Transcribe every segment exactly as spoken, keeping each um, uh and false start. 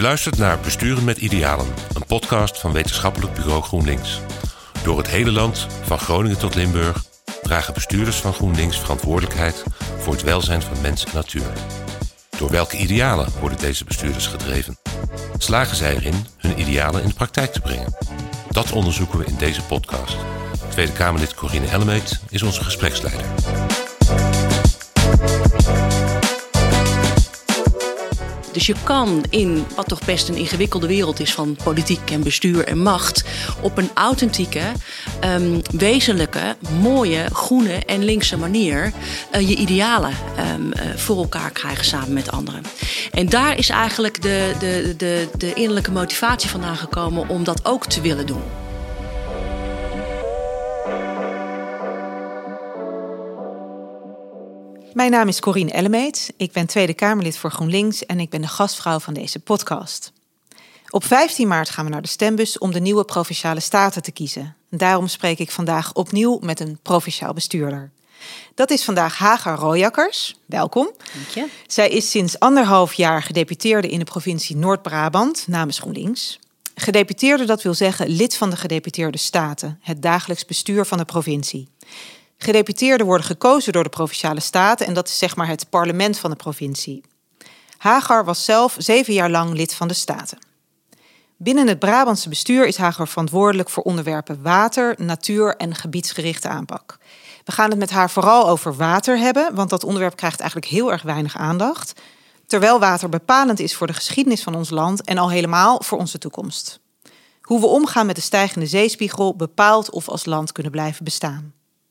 luistert naar Besturen met Idealen, een podcast van Wetenschappelijk Bureau GroenLinks. Door het hele land, van Groningen tot Limburg, dragen bestuurders van GroenLinks verantwoordelijkheid voor het welzijn van mens en natuur. Door welke idealen worden deze bestuurders gedreven? Slagen zij erin hun idealen in de praktijk te brengen? Dat onderzoeken we in deze podcast. Tweede Kamerlid Corine Ellemeet is onze gespreksleider. Dus je kan in wat toch best een ingewikkelde wereld is van politiek en bestuur en macht, op een authentieke, um, wezenlijke, mooie, groene en linkse manier uh, je idealen um, uh, voor elkaar krijgen samen met anderen. En daar is eigenlijk de, de, de, de innerlijke motivatie vandaan gekomen om dat ook te willen doen. Mijn naam is Corine Ellemeet, ik ben Tweede Kamerlid voor GroenLinks en ik ben de gastvrouw van deze podcast. Op vijftien maart gaan we naar de stembus om de nieuwe Provinciale Staten te kiezen. Daarom spreek ik vandaag opnieuw met een provinciaal bestuurder. Dat is vandaag Hagar Royakkers. Welkom. Dank je. Zij is sinds anderhalf jaar gedeputeerde in de provincie Noord-Brabant namens GroenLinks. Gedeputeerde, dat wil zeggen lid van de Gedeputeerde Staten, het dagelijks bestuur van de provincie. Gedeputeerden worden gekozen door de Provinciale Staten en dat is zeg maar het parlement van de provincie. Hagar was zelf zeven jaar lang lid van de Staten. Binnen het Brabantse bestuur is Hagar verantwoordelijk voor onderwerpen water, natuur en gebiedsgerichte aanpak. We gaan het met haar vooral over water hebben, want dat onderwerp krijgt eigenlijk heel erg weinig aandacht. Terwijl water bepalend is voor de geschiedenis van ons land en al helemaal voor onze toekomst. Hoe we omgaan met de stijgende zeespiegel bepaalt of we als land kunnen blijven bestaan.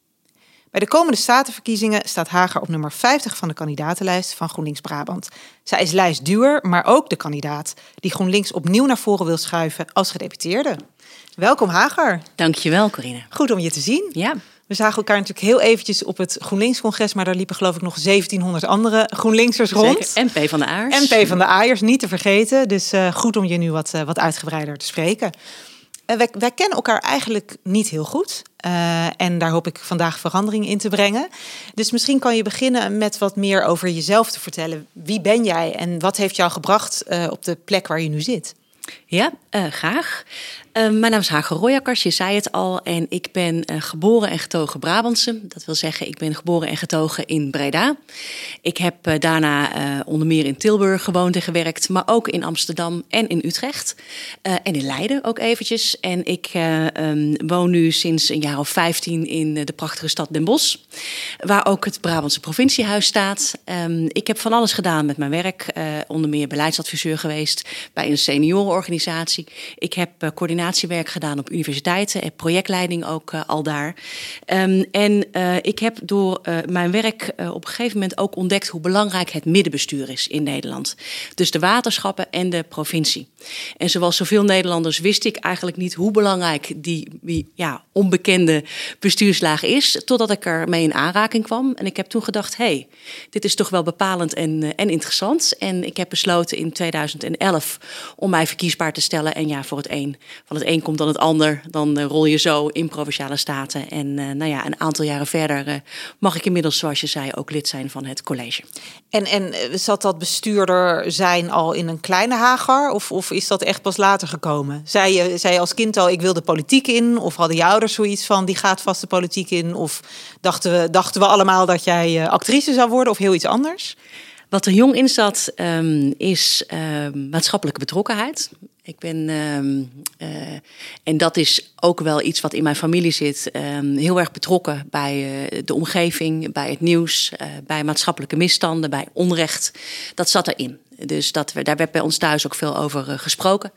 Bij de komende statenverkiezingen staat Hagar op nummer vijftig van de kandidatenlijst van GroenLinks Brabant. Zij is lijstduwer, maar ook de kandidaat die GroenLinks opnieuw naar voren wil schuiven als gedeputeerde. Welkom Hagar. Dankjewel Corine. Goed om je te zien. Ja. We zagen elkaar natuurlijk heel eventjes op het GroenLinks-congres, maar daar liepen geloof ik nog zeventienhonderd andere GroenLinksers rond. Zeker. En P van de A'ers. En P van de A'ers, niet te vergeten. Dus uh, goed om je nu wat, uh, wat uitgebreider te spreken. Uh, wij, wij kennen elkaar eigenlijk niet heel goed. Uh, en daar hoop ik vandaag verandering in te brengen. Dus misschien kan je beginnen met wat meer over jezelf te vertellen. Wie ben jij en wat heeft jou gebracht uh, op de plek waar je nu zit? Ja, uh, graag. Uh, mijn naam is Hagar Royakkers, je zei het al. En ik ben uh, geboren en getogen Brabantse. Dat wil zeggen, ik ben geboren en getogen in Breda. Ik heb uh, daarna uh, onder meer in Tilburg gewoond en gewerkt. Maar ook in Amsterdam en in Utrecht. Uh, en in Leiden ook eventjes. En ik uh, um, woon nu sinds een jaar of vijftien in de prachtige stad Den Bosch. Waar ook het Brabantse provinciehuis staat. Um, ik heb van alles gedaan met mijn werk. Uh, onder meer beleidsadviseur geweest bij een seniorenorganisatie. Ik heb uh, coördinatie werk gedaan op universiteiten en projectleiding ook uh, al daar. Um, en uh, ik heb door uh, mijn werk uh, op een gegeven moment ook ontdekt hoe belangrijk het middenbestuur is in Nederland. Dus de waterschappen en de provincie. En zoals zoveel Nederlanders wist ik eigenlijk niet hoe belangrijk die, die ja, onbekende bestuurslaag is, totdat ik ermee in aanraking kwam. En ik heb toen gedacht, hé, hey, dit is toch wel bepalend en, uh, en interessant. En ik heb besloten in tweeduizend elf om mij verkiesbaar te stellen. En ja, voor het een, van het een komt dan het ander. Dan uh, rol je zo in Provinciale Staten. En uh, nou ja, een aantal jaren verder uh, mag ik inmiddels, zoals je zei, ook lid zijn van het college. En, en zat dat bestuurder zijn al in een kleine Hagar? Of, of is dat echt pas later gekomen? Zei je, zei je als kind al, ik wil de politiek in? Of hadden je ouders zoiets van, die gaat vast de politiek in? Of dachten we, dachten we allemaal dat jij uh, actrice zou worden of heel iets anders? Wat er jong in zat, um, is um, maatschappelijke betrokkenheid. Ik ben, um, uh, en dat is ook wel iets wat in mijn familie zit, um, heel erg betrokken bij uh, de omgeving, bij het nieuws, uh, bij maatschappelijke misstanden, bij onrecht. Dat zat erin. Dus dat we, daar werd bij ons thuis ook veel over uh, gesproken.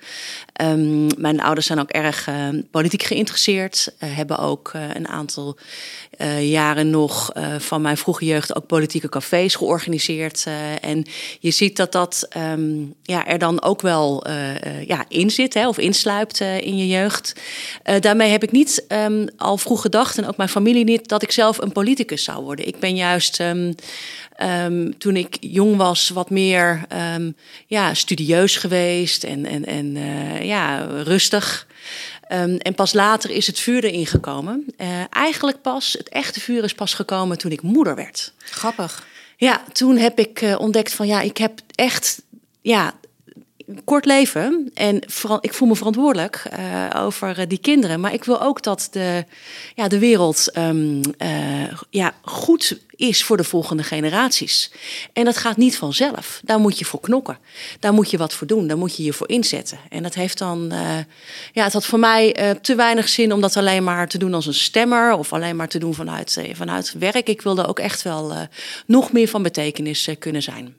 Um, mijn ouders zijn ook erg uh, politiek geïnteresseerd. Uh, hebben ook uh, een aantal uh, jaren nog uh, van mijn vroege jeugd ook politieke cafés georganiseerd. Uh, en je ziet dat dat um, ja, er dan ook wel uh, uh, ja, in zit, hè, of insluipt uh, in je jeugd. Uh, daarmee heb ik niet um, al vroeg gedacht, en ook mijn familie niet, dat ik zelf een politicus zou worden. Ik ben juist Um, Um, toen ik jong was wat meer um, ja, studieus geweest en, en, en uh, ja, rustig. Um, en pas later is het vuur erin gekomen. Uh, eigenlijk pas, het echte vuur is pas gekomen toen ik moeder werd. Grappig. Ja, toen heb ik uh, ontdekt van ja, ik heb echt, ja, kort leven en vooral, ik voel me verantwoordelijk uh, over uh, die kinderen. Maar ik wil ook dat de, ja, de wereld um, uh, ja, goed is voor de volgende generaties. En dat gaat niet vanzelf. Daar moet je voor knokken. Daar moet je wat voor doen. Daar moet je je voor inzetten. En dat heeft dan... Uh, ja, het had voor mij uh, te weinig zin om dat alleen maar te doen als een stemmer of alleen maar te doen vanuit, uh, vanuit werk. Ik wilde ook echt wel uh, nog meer van betekenis uh, kunnen zijn.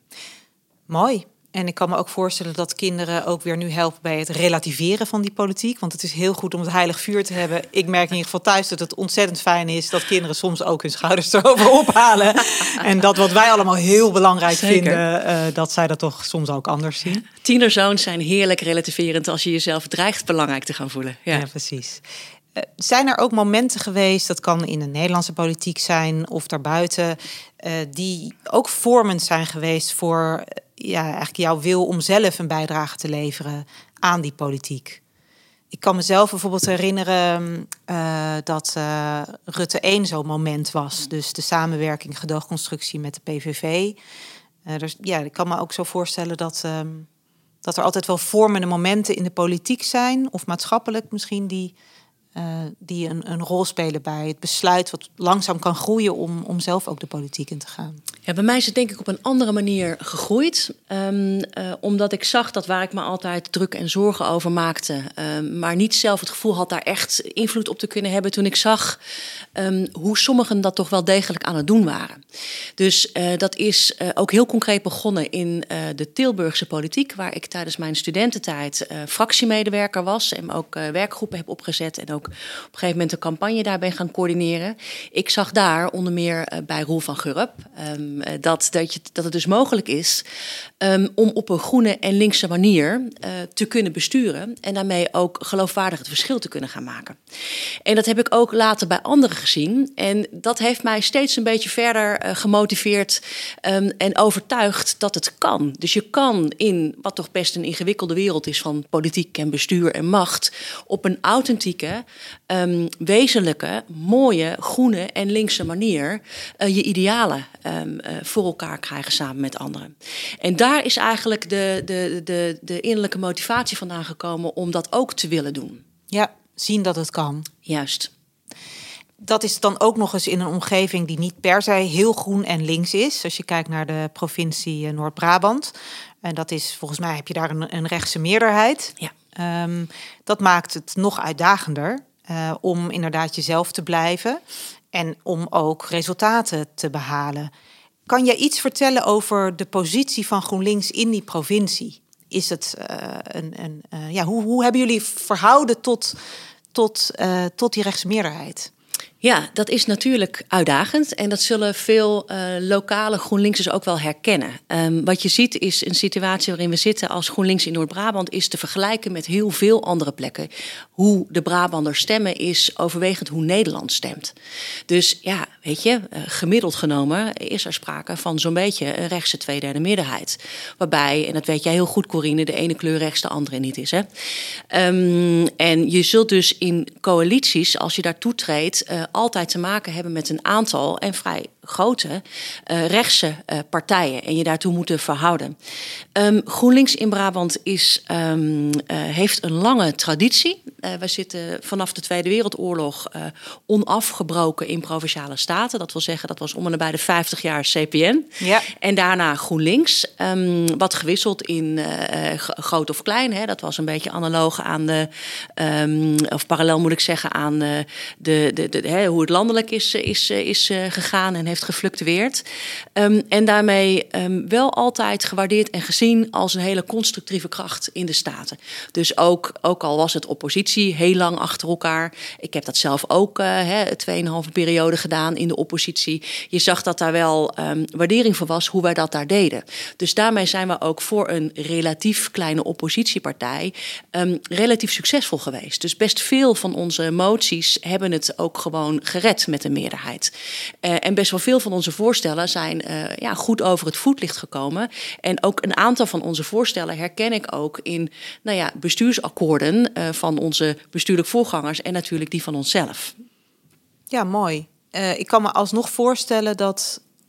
Mooi. En ik kan me ook voorstellen dat kinderen ook weer nu helpen bij het relativeren van die politiek. Want het is heel goed om het heilig vuur te hebben. Ik merk in ieder geval thuis dat het ontzettend fijn is dat kinderen soms ook hun schouders erover ophalen. En dat wat wij allemaal heel belangrijk Zeker. vinden, uh, dat zij dat toch soms ook anders zien. Tienerzoons zijn heerlijk relativerend als je jezelf dreigt belangrijk te gaan voelen. Ja, ja precies. Uh, zijn er ook momenten geweest, dat kan in de Nederlandse politiek zijn of daarbuiten, uh, die ook vormend zijn geweest voor ja, eigenlijk jouw wil om zelf een bijdrage te leveren aan die politiek? Ik kan mezelf bijvoorbeeld herinneren uh, dat uh, Rutte één zo'n moment was. Dus de samenwerking, gedoogconstructie met de P V V. Uh, dus, ja, ik kan me ook zo voorstellen dat, um, dat er altijd wel vormende momenten in de politiek zijn, of maatschappelijk misschien, die, uh, die een, een rol spelen bij het besluit wat langzaam kan groeien om, om zelf ook de politiek in te gaan. Ja, bij mij is het denk ik op een andere manier gegroeid. Um, uh, omdat ik zag dat waar ik me altijd druk en zorgen over maakte, um, maar niet zelf het gevoel had daar echt invloed op te kunnen hebben, toen ik zag um, hoe sommigen dat toch wel degelijk aan het doen waren. Dus uh, dat is uh, ook heel concreet begonnen in uh, de Tilburgse politiek, waar ik tijdens mijn studententijd uh, fractiemedewerker was en ook uh, werkgroepen heb opgezet en ook op een gegeven moment een campagne daar ben gaan coördineren. Ik zag daar onder meer uh, bij Roel van Gurp Um, dat, dat, je, dat het dus mogelijk is um, om op een groene en linkse manier uh, te kunnen besturen en daarmee ook geloofwaardig het verschil te kunnen gaan maken. En dat heb ik ook later bij anderen gezien. En dat heeft mij steeds een beetje verder uh, gemotiveerd um, en overtuigd dat het kan. Dus je kan in wat toch best een ingewikkelde wereld is van politiek en bestuur en macht op een authentieke, um, wezenlijke, mooie, groene en linkse manier uh, je idealen Um, uh, voor elkaar krijgen samen met anderen. En daar is eigenlijk de, de, de, de innerlijke motivatie vandaan gekomen om dat ook te willen doen. Ja, zien dat het kan. Juist. Dat is dan ook nog eens in een omgeving die niet per se heel groen en links is. Als je kijkt naar de provincie Noord-Brabant. En dat is, volgens mij heb je daar een, een rechtse meerderheid. Ja. Um, dat maakt het nog uitdagender uh, om inderdaad jezelf te blijven. En om ook resultaten te behalen. Kan jij iets vertellen over de positie van GroenLinks in die provincie? Is het uh, een, een uh, ja, hoe, hoe hebben jullie verhouden tot, tot, uh, tot die rechtse meerderheid? Ja, dat is natuurlijk uitdagend en dat zullen veel uh, lokale GroenLinksers ook wel herkennen. Um, wat je ziet is een situatie waarin we zitten als GroenLinks in Noord-Brabant is te vergelijken met heel veel andere plekken. Hoe de Brabander stemmen is overwegend hoe Nederland stemt. Dus ja, weet je, uh, gemiddeld genomen is er sprake van zo'n beetje een rechtse tweederde meerderheid. Waarbij, en dat weet jij heel goed Corine, de ene kleur rechts de andere niet is. Hè? Um, en je zult dus in coalities, als je daartoe treedt, uh, altijd te maken hebben met een aantal en vrij grote uh, rechtse uh, partijen en je daartoe moeten verhouden. Um, GroenLinks in Brabant is, um, uh, heeft een lange traditie. Uh, we zitten vanaf de Tweede Wereldoorlog uh, onafgebroken in Provinciale Staten. Dat wil zeggen, dat was om en nabij de vijftig jaar C P N. Ja. En daarna GroenLinks. Um, wat gewisseld in uh, groot of klein. Hè. Dat was een beetje analoog aan de, um, of parallel moet ik zeggen, aan uh, de, de, de, hè, hoe het landelijk is, is, is uh, gegaan en heeft gefluctueerd. Um, en daarmee um, wel altijd gewaardeerd en gezien als een hele constructieve kracht in de Staten. Dus ook, ook al was het oppositie heel lang achter elkaar. Ik heb dat zelf ook uh, tweeënhalve periode gedaan in de oppositie. Je zag dat daar wel um, waardering voor was hoe wij dat daar deden. Dus daarmee zijn we ook voor een relatief kleine oppositiepartij um, relatief succesvol geweest. Dus best veel van onze moties hebben het ook gewoon gered met een meerderheid. Uh, en best wel veel van onze voorstellen zijn uh, ja, goed over het voetlicht gekomen. En ook een aantal van onze voorstellen herken ik ook in nou ja, bestuursakkoorden uh, van onze bestuurlijk voorgangers en natuurlijk die van onszelf. Ja, mooi. Uh, ik kan me alsnog voorstellen dat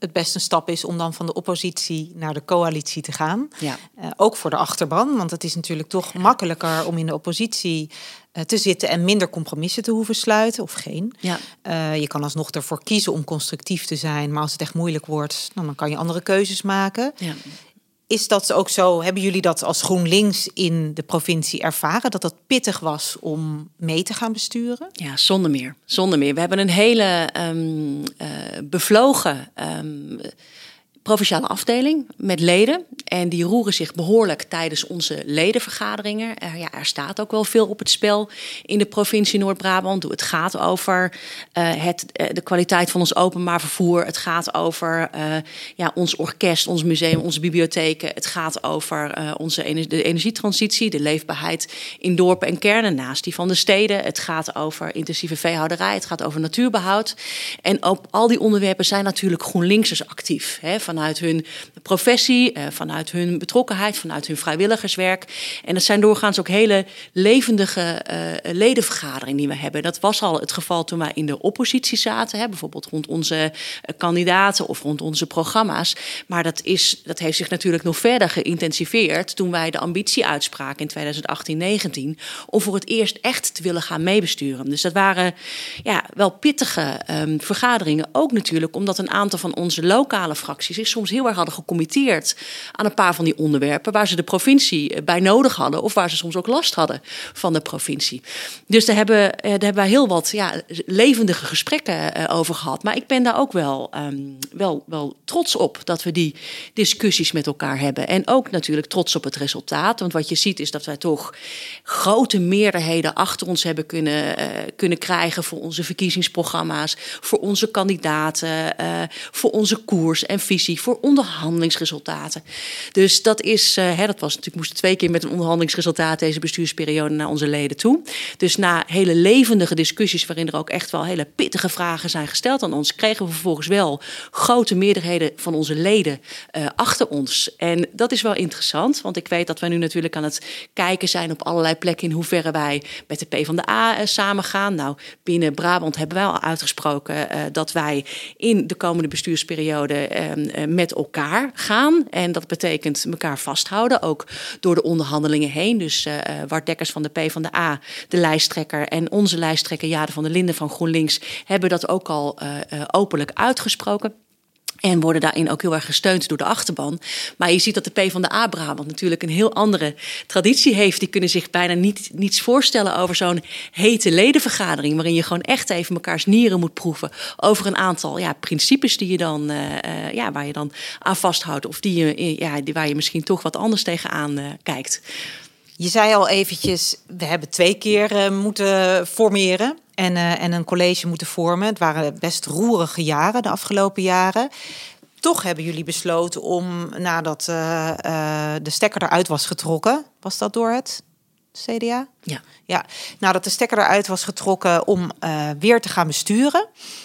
het best een stap is om dan van de oppositie naar de coalitie te gaan. Ja. Uh, ook voor de achterban, want het is natuurlijk toch makkelijker om in de oppositie uh, te zitten en minder compromissen te hoeven sluiten, of geen. Ja. Uh, je kan alsnog ervoor kiezen om constructief te zijn, maar als het echt moeilijk wordt, dan, dan kan je andere keuzes maken. Ja. Is dat ook zo? Hebben jullie dat als GroenLinks in de provincie ervaren? Dat dat pittig was om mee te gaan besturen? Ja, zonder meer. Zonder meer. We hebben een hele um, uh, bevlogen um, provinciale afdeling met leden. En die roeren zich behoorlijk tijdens onze ledenvergaderingen. Uh, ja, er staat ook wel veel op het spel in de provincie Noord-Brabant. Het gaat over uh, het, uh, de kwaliteit van ons openbaar vervoer. Het gaat over uh, ja, ons orkest, ons museum, onze bibliotheken. Het gaat over uh, onze ener- de energietransitie, de leefbaarheid in dorpen en kernen naast die van de steden. Het gaat over intensieve veehouderij. Het gaat over natuurbehoud. En op al die onderwerpen zijn natuurlijk GroenLinksers actief. Hè, vanuit hun professie, uh, vanuit hun betrokkenheid, vanuit hun vrijwilligerswerk. En dat zijn doorgaans ook hele levendige uh, ledenvergaderingen die we hebben. Dat was al het geval toen wij in de oppositie zaten. Hè, bijvoorbeeld rond onze uh, kandidaten of rond onze programma's. Maar dat, is, dat heeft zich natuurlijk nog verder geïntensiveerd toen wij de ambitie uitspraken in twintig achttien negentien om voor het eerst echt te willen gaan meebesturen. Dus dat waren ja, wel pittige um, vergaderingen. Ook natuurlijk omdat een aantal van onze lokale fracties zich soms heel erg hadden gecommitteerd aan een paar van die onderwerpen waar ze de provincie bij nodig hadden of waar ze soms ook last hadden van de provincie. Dus daar hebben, daar hebben wij heel wat ja, levendige gesprekken uh, over gehad. Maar ik ben daar ook wel, um, wel, wel trots op dat we die discussies met elkaar hebben. En ook natuurlijk trots op het resultaat. Want wat je ziet is dat wij toch grote meerderheden achter ons hebben kunnen, uh, kunnen krijgen voor onze verkiezingsprogramma's, voor onze kandidaten, uh, voor onze koers en visie, voor onderhandelingsresultaten. Dus dat is, uh, hè, dat was natuurlijk, moesten twee keer met een onderhandelingsresultaat deze bestuursperiode naar onze leden toe. Dus na hele levendige discussies waarin er ook echt wel hele pittige vragen zijn gesteld aan ons, kregen we vervolgens wel grote meerderheden van onze leden uh, achter ons. En dat is wel interessant, want ik weet dat wij nu natuurlijk aan het kijken zijn op allerlei plekken in hoeverre wij met de PvdA uh, samengaan. Nou, binnen Brabant hebben wij al uitgesproken uh, dat wij in de komende bestuursperiode uh, uh, met elkaar gaan. En dat betekent elkaar vasthouden, ook door de onderhandelingen heen. Dus uh, Wart Dekkers van de PvdA, de lijsttrekker, en onze lijsttrekker Jade van der Linden van GroenLinks hebben dat ook al uh, uh, openlijk uitgesproken. En worden daarin ook heel erg gesteund door de achterban. Maar je ziet dat de PvdA Brabant natuurlijk een heel andere traditie heeft. Die kunnen zich bijna niet, niets voorstellen over zo'n hete ledenvergadering, waarin je gewoon echt even mekaars nieren moet proeven over een aantal ja, principes die je dan, uh, uh, ja, waar je dan aan vasthoudt. Of die je, ja, die, waar je misschien toch wat anders tegenaan uh, kijkt. Je zei al eventjes, we hebben twee keer uh, moeten formeren en, uh, en een college moeten vormen. Het waren best roerige jaren, de afgelopen jaren. Toch hebben jullie besloten om, nadat uh, uh, de stekker eruit was getrokken, was dat door het C D A? Ja. Ja, nadat de stekker eruit was getrokken om uh, weer te gaan besturen.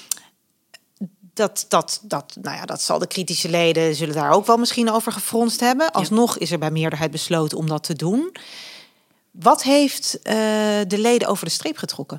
Dat, dat, dat, nou ja, dat zal de kritische leden zullen daar ook wel misschien over gefronst hebben. Alsnog is er bij meerderheid besloten om dat te doen. Wat heeft uh, de leden over de streep getrokken?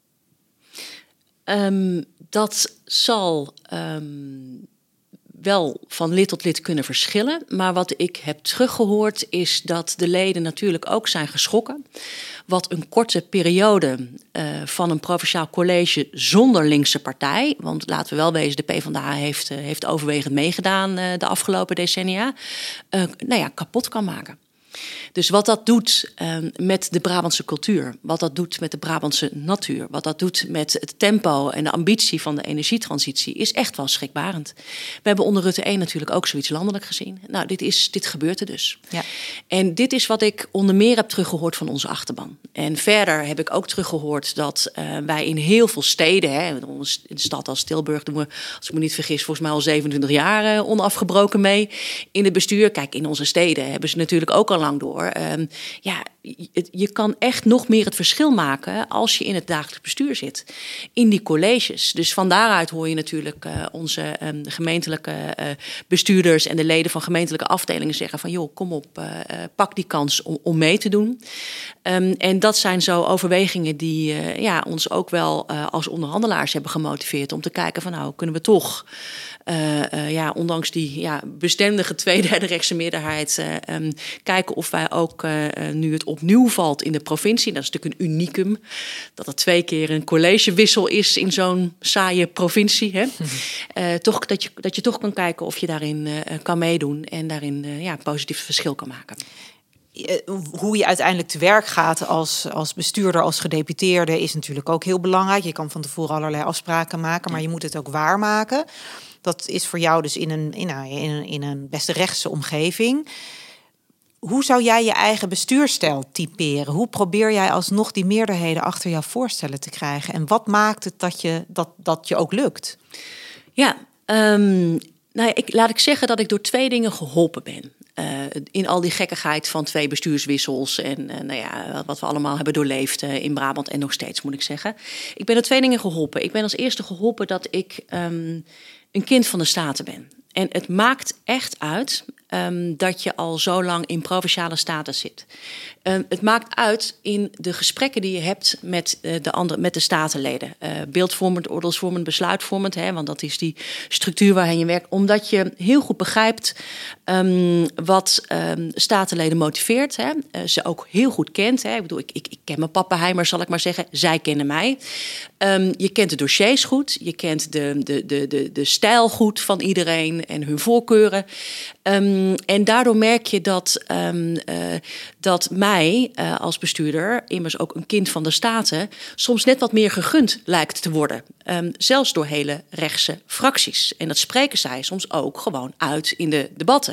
Um, dat zal um, wel van lid tot lid kunnen verschillen. Maar wat ik heb teruggehoord is dat de leden natuurlijk ook zijn geschrokken. Wat een korte periode uh, van een provinciaal college zonder linkse partij, want laten we wel wezen, de PvdA heeft, uh, heeft overwegend meegedaan uh, de afgelopen decennia, uh, nou ja, kapot kan maken. Dus wat dat doet uh, met de Brabantse cultuur, wat dat doet met de Brabantse natuur, wat dat doet met het tempo en de ambitie van de energietransitie, is echt wel schrikbarend. We hebben onder Rutte één natuurlijk ook zoiets landelijk gezien. Nou, dit, is, dit gebeurt er dus. Ja. En dit is wat ik onder meer heb teruggehoord van onze achterban. En verder heb ik ook teruggehoord dat uh, wij in heel veel steden, hè, in een stad als Tilburg doen we, als ik me niet vergis, volgens mij al zevenentwintig jaar uh, onafgebroken mee in het bestuur. Kijk, in onze steden hebben ze natuurlijk ook al lang door. Um, ja, je, je kan echt nog meer het verschil maken als je in het dagelijks bestuur zit. In die colleges. Dus van daaruit hoor je natuurlijk uh, onze um, gemeentelijke uh, bestuurders en de leden van gemeentelijke afdelingen zeggen van joh, kom op, uh, pak die kans om, om mee te doen. Um, en dat zijn zo overwegingen die uh, ja, ons ook wel uh, als onderhandelaars hebben gemotiveerd om te kijken van nou, kunnen we toch uh, uh, ja, ondanks die ja, bestendige tweederde rechtse meerderheid... Uh, um, kijken of wij ook, uh, nu het opnieuw valt in de provincie... dat is natuurlijk een unicum, dat er twee keer een collegewissel is... in zo'n saaie provincie. Hè? Uh, toch, dat, je, dat je toch kan kijken of je daarin uh, kan meedoen... en daarin uh, ja, een positief verschil kan maken. Hoe je uiteindelijk te werk gaat als, als bestuurder, als gedeputeerde... is natuurlijk ook heel belangrijk. Je kan van tevoren allerlei afspraken maken, maar je moet het ook waarmaken. Dat is voor jou dus in een, in een, in een, in een best rechtse omgeving. Hoe zou jij je eigen bestuursstijl typeren? Hoe probeer jij alsnog die meerderheden achter jouw voorstellen te krijgen? En wat maakt het dat je, dat, dat je ook lukt? Ja, um, nou ja, ik, laat ik zeggen dat ik door twee dingen geholpen ben. Uh, in al die gekkigheid van twee bestuurswissels en uh, nou ja, wat we allemaal hebben doorleefd uh, in Brabant en nog steeds, moet ik zeggen. Ik ben door twee dingen geholpen. Ik ben als eerste geholpen dat ik um, een kind van de Staten ben. En het maakt echt uit um, dat je al zo lang in provinciale staten zit. Um, het maakt uit in de gesprekken die je hebt met, uh, de, andere, met de statenleden. Uh, beeldvormend, oordeelsvormend, besluitvormend. Hè, want dat is die structuur waarheen je werkt. Omdat je heel goed begrijpt um, wat um, statenleden motiveert. Hè. Uh, ze ook heel goed kent. Hè. Ik bedoel, ik, ik, ik ken mijn pappenheimer, zal ik maar zeggen. Zij kennen mij. Um, je kent de dossiers goed. Je kent de, de, de, de, de stijl goed van iedereen en hun voorkeuren. Um, en daardoor merk je dat, um, uh, dat mij uh, als bestuurder, immers ook een kind van de Staten, soms net wat meer gegund lijkt te worden. Um, zelfs door hele rechtse fracties. En dat spreken zij soms ook gewoon uit in de debatten.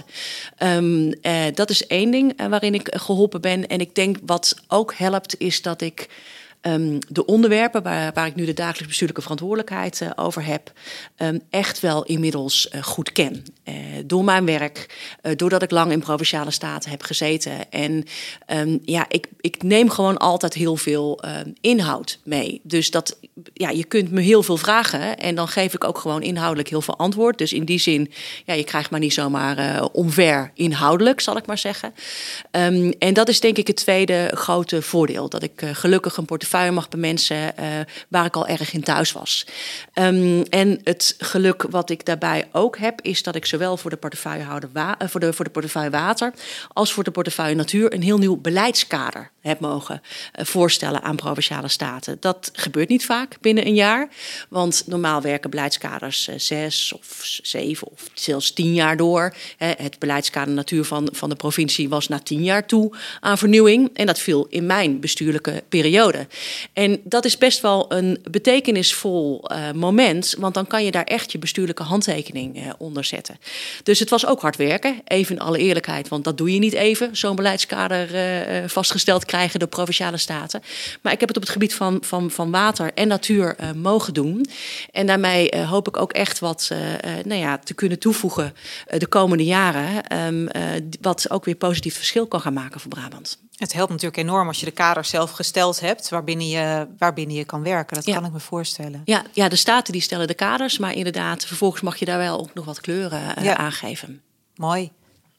Um, uh, dat is één ding uh, waarin ik geholpen ben. En ik denk wat ook helpt is dat ik Um, de onderwerpen waar, waar ik nu de dagelijks bestuurlijke verantwoordelijkheid uh, over heb, um, echt wel inmiddels uh, goed ken. Uh, door mijn werk, uh, doordat ik lang in Provinciale Staten heb gezeten. En um, ja, ik, ik neem gewoon altijd heel veel uh, inhoud mee. Dus dat, ja, je kunt me heel veel vragen en dan geef ik ook gewoon inhoudelijk heel veel antwoord. Dus in die zin, ja, je krijgt maar niet zomaar uh, omver inhoudelijk, zal ik maar zeggen. Um, en dat is denk ik het tweede grote voordeel. Dat ik uh, gelukkig een portefeuille mag bemensen uh, waar ik al erg in thuis was. Um, en het geluk wat ik daarbij ook heb, is dat ik zowel voor de portefeuillehouder wa- uh, voor de, voor de portefeuille water als voor de portefeuille natuur een heel nieuw beleidskader heb mogen uh, voorstellen aan Provinciale Staten. Dat gebeurt niet vaak binnen een jaar, want normaal werken beleidskaders uh, zes of zeven of zelfs tien jaar door. Uh, het beleidskader natuur van, van de provincie was na tien jaar toe aan vernieuwing en dat viel in mijn bestuurlijke periode. En dat is best wel een betekenisvol uh, moment, want dan kan je daar echt je bestuurlijke handtekening uh, onder zetten. Dus het was ook hard werken, even in alle eerlijkheid, want dat doe je niet even, zo'n beleidskader uh, vastgesteld krijgen door Provinciale Staten. Maar ik heb het op het gebied van, van, van water en natuur uh, mogen doen. En daarmee uh, hoop ik ook echt wat uh, uh, nou ja, te kunnen toevoegen uh, de komende jaren, um, uh, wat ook weer positief verschil kan gaan maken voor Brabant. Het helpt natuurlijk enorm als je de kaders zelf gesteld hebt waarbinnen je, waarbinnen je kan werken. Dat ja. kan ik me voorstellen. Ja, ja, de staten die stellen de kaders, maar inderdaad, vervolgens mag je daar wel ook nog wat kleuren uh, ja. aangeven. Mooi.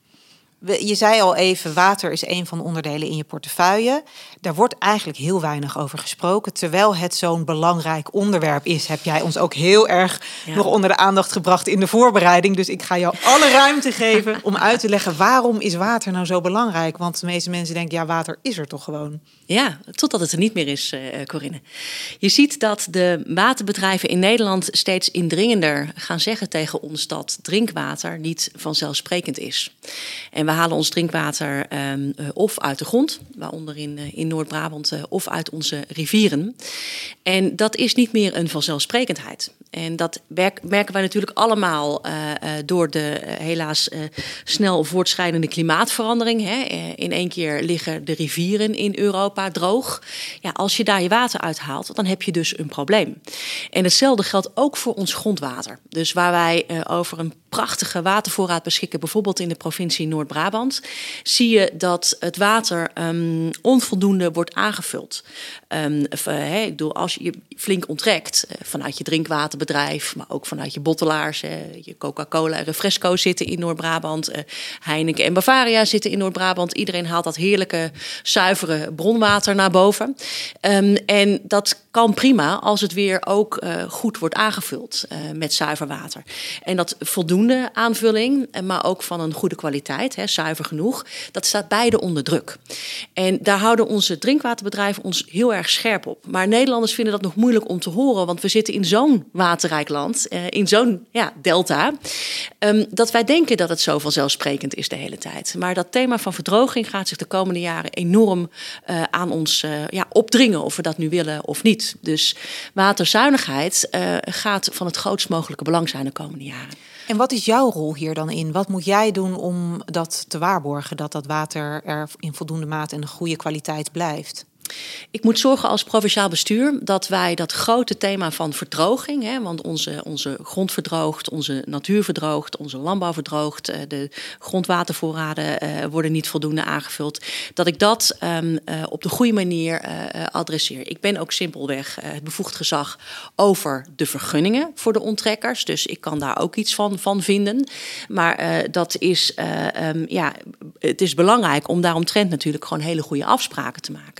Je zei al even, water is een van de onderdelen in je portefeuille. Daar wordt eigenlijk heel weinig over gesproken. Terwijl het zo'n belangrijk onderwerp is, heb jij ons ook heel erg ja. nog onder de aandacht gebracht in de voorbereiding. Dus ik ga jou alle ruimte geven om uit te leggen waarom is water nou zo belangrijk. Want de meeste mensen denken, ja, water is er toch gewoon. Ja, totdat het er niet meer is, uh, Corinne. Je ziet dat de waterbedrijven in Nederland steeds indringender gaan zeggen tegen ons dat drinkwater niet vanzelfsprekend is. En we halen ons drinkwater um, of uit de grond, waaronder in, in Noord-Brabant, uh, of uit onze rivieren. En dat is niet meer een vanzelfsprekendheid. En dat merken wij natuurlijk allemaal uh, uh, door de uh, helaas uh, snel voortschrijdende klimaatverandering. Hè. Uh, in één keer liggen de rivieren in Europa droog. Ja, als je daar je water uithaalt, dan heb je dus een probleem. En hetzelfde geldt ook voor ons grondwater. Dus waar wij uh, over een prachtige watervoorraad beschikken, bijvoorbeeld in de provincie Noord-Brabant, zie je dat het water um, onvoldoende wordt aangevuld. Um, he, ik bedoel, als je je flink onttrekt uh, vanuit je drinkwaterbedrijf, maar ook vanuit je bottelaars, uh, je Coca-Cola en Refresco zitten in Noord-Brabant, uh, Heineken en Bavaria zitten in Noord-Brabant. Iedereen haalt dat heerlijke, zuivere bronwater naar boven. Um, en dat kan prima als het weer ook uh, goed wordt aangevuld uh, met zuiver water. En dat voldoende aanvulling, maar ook van een goede kwaliteit, hè, zuiver genoeg, dat staat beide onder druk. En daar houden onze drinkwaterbedrijven ons heel erg scherp op. Maar Nederlanders vinden dat nog moeilijk om te horen, want we zitten in zo'n waterrijk land, uh, in zo'n ja, delta, um, dat wij denken dat het zo vanzelfsprekend is de hele tijd. Maar dat thema van verdroging gaat zich de komende jaren enorm uh, aan ons uh, ja, opdringen, of we dat nu willen of niet. Dus waterzuinigheid uh, gaat van het grootst mogelijke belang zijn de komende jaren. En wat is jouw rol hier dan in? Wat moet jij doen om dat te waarborgen, dat dat water er in voldoende mate en een goede kwaliteit blijft? Ik moet zorgen als provinciaal bestuur dat wij dat grote thema van verdroging, hè, want onze, onze grond verdroogt, onze natuur verdroogt, onze landbouw verdroogt, de grondwatervoorraden uh, worden niet voldoende aangevuld, dat ik dat um, uh, op de goede manier uh, adresseer. Ik ben ook simpelweg uh, het bevoegd gezag over de vergunningen voor de onttrekkers, dus ik kan daar ook iets van, van vinden. Maar uh, dat is, uh, um, ja, het is belangrijk om daaromtrent natuurlijk gewoon hele goede afspraken te maken.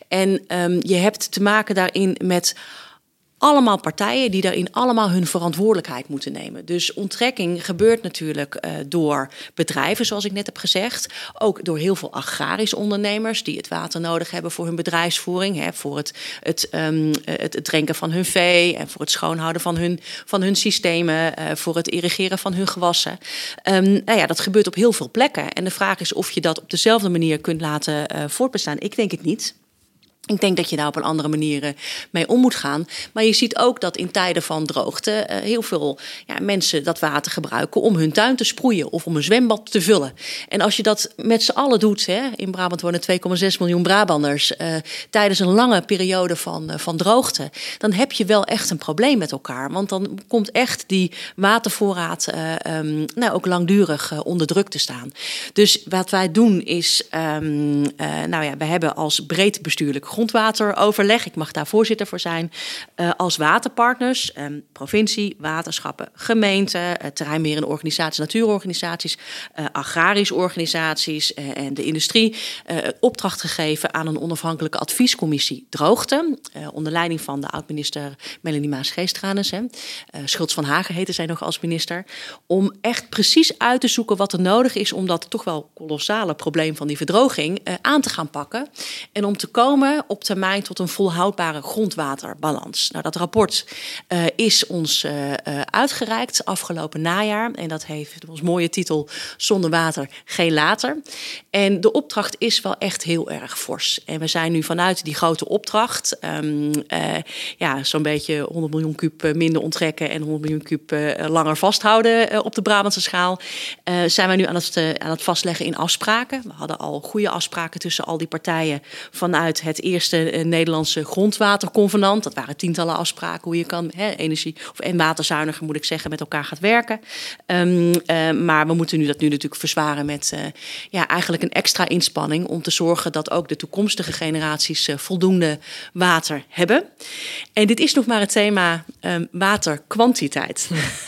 En um, je hebt te maken daarin met allemaal partijen die daarin allemaal hun verantwoordelijkheid moeten nemen. Dus onttrekking gebeurt natuurlijk uh, door bedrijven, zoals ik net heb gezegd. Ook door heel veel agrarische ondernemers die het water nodig hebben voor hun bedrijfsvoering. Hè, voor het, het, um, het, het drenken van hun vee en voor het schoonhouden van hun, van hun systemen. Uh, voor het irrigeren van hun gewassen. Um, nou ja, dat gebeurt op heel veel plekken. En de vraag is of je dat op dezelfde manier kunt laten uh, voortbestaan. Ik denk het niet. Ik denk dat je daar op een andere manier mee om moet gaan. Maar je ziet ook dat in tijden van droogte uh, heel veel ja, mensen dat water gebruiken om hun tuin te sproeien of om een zwembad te vullen. En als je dat met z'n allen doet, hè, in Brabant wonen twee komma zes miljoen Brabanders, uh, tijdens een lange periode van, uh, van droogte, dan heb je wel echt een probleem met elkaar. Want dan komt echt die watervoorraad uh, um, nou, ook langdurig uh, onder druk te staan. Dus wat wij doen is, um, uh, nou ja, we hebben als breed bestuurlijk grondwateroverleg, ik mag daar voorzitter voor zijn, uh, als waterpartners, um, provincie, waterschappen, gemeenten, uh, terreinbeherende organisaties, natuurorganisaties, uh, agrarische organisaties uh, en de industrie, uh, opdracht gegeven aan een onafhankelijke adviescommissie droogte, uh, onder leiding van de oud-minister Melanie Maas-Geestranus, uh, Schultz van Hagen heette zij nog als minister, om echt precies uit te zoeken wat er nodig is om dat toch wel kolossale probleem van die verdroging uh, aan te gaan pakken en om te komen op termijn tot een volhoudbare grondwaterbalans. Nou, dat rapport uh, is ons uh, uh, uitgereikt afgelopen najaar. En dat heeft ons mooie titel Zonder water, geen later. En de opdracht is wel echt heel erg fors. En we zijn nu vanuit die grote opdracht, um, uh, ja, zo'n beetje honderd miljoen kuub minder onttrekken en honderd miljoen kuub uh, langer vasthouden uh, op de Brabantse schaal, uh, zijn wij nu aan het, uh, aan het vastleggen in afspraken. We hadden al goede afspraken tussen al die partijen vanuit het eerste uh, Nederlandse grondwaterconvenant. Dat waren tientallen afspraken hoe je kan hè, energie of en waterzuiniger moet ik zeggen met elkaar gaat werken. Um, uh, maar we moeten nu dat nu natuurlijk verzwaren met uh, ja, eigenlijk een extra inspanning om te zorgen dat ook de toekomstige generaties uh, voldoende water hebben. En dit is nog maar het thema um, waterkwantiteit.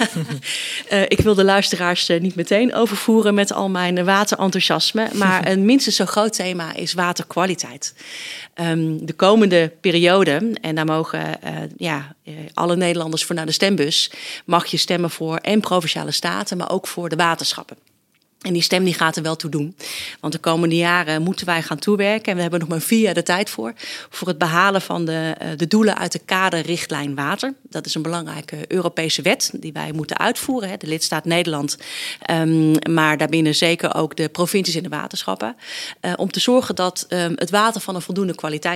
uh, ik wil de luisteraars uh, niet meteen overvoeren met al mijn waterenthousiasme, maar een minstens zo groot thema is waterkwaliteit. Um, de komende periode, en daar mogen uh, ja, uh, alle Nederlanders voor naar de stembus, mag je stemmen voor en provinciale staten, maar ook voor de waterschappen. En die stem die gaat er wel toe doen. Want de komende jaren moeten wij gaan toewerken. En we hebben nog maar vier jaar de tijd voor. Voor het behalen van de, de doelen uit de kaderrichtlijn water. Dat is een belangrijke Europese wet die wij moeten uitvoeren. Hè, de lidstaat Nederland. Um, maar daarbinnen zeker ook de provincies en de waterschappen. Uh, om te zorgen dat um, het water van een voldoende kwaliteit is.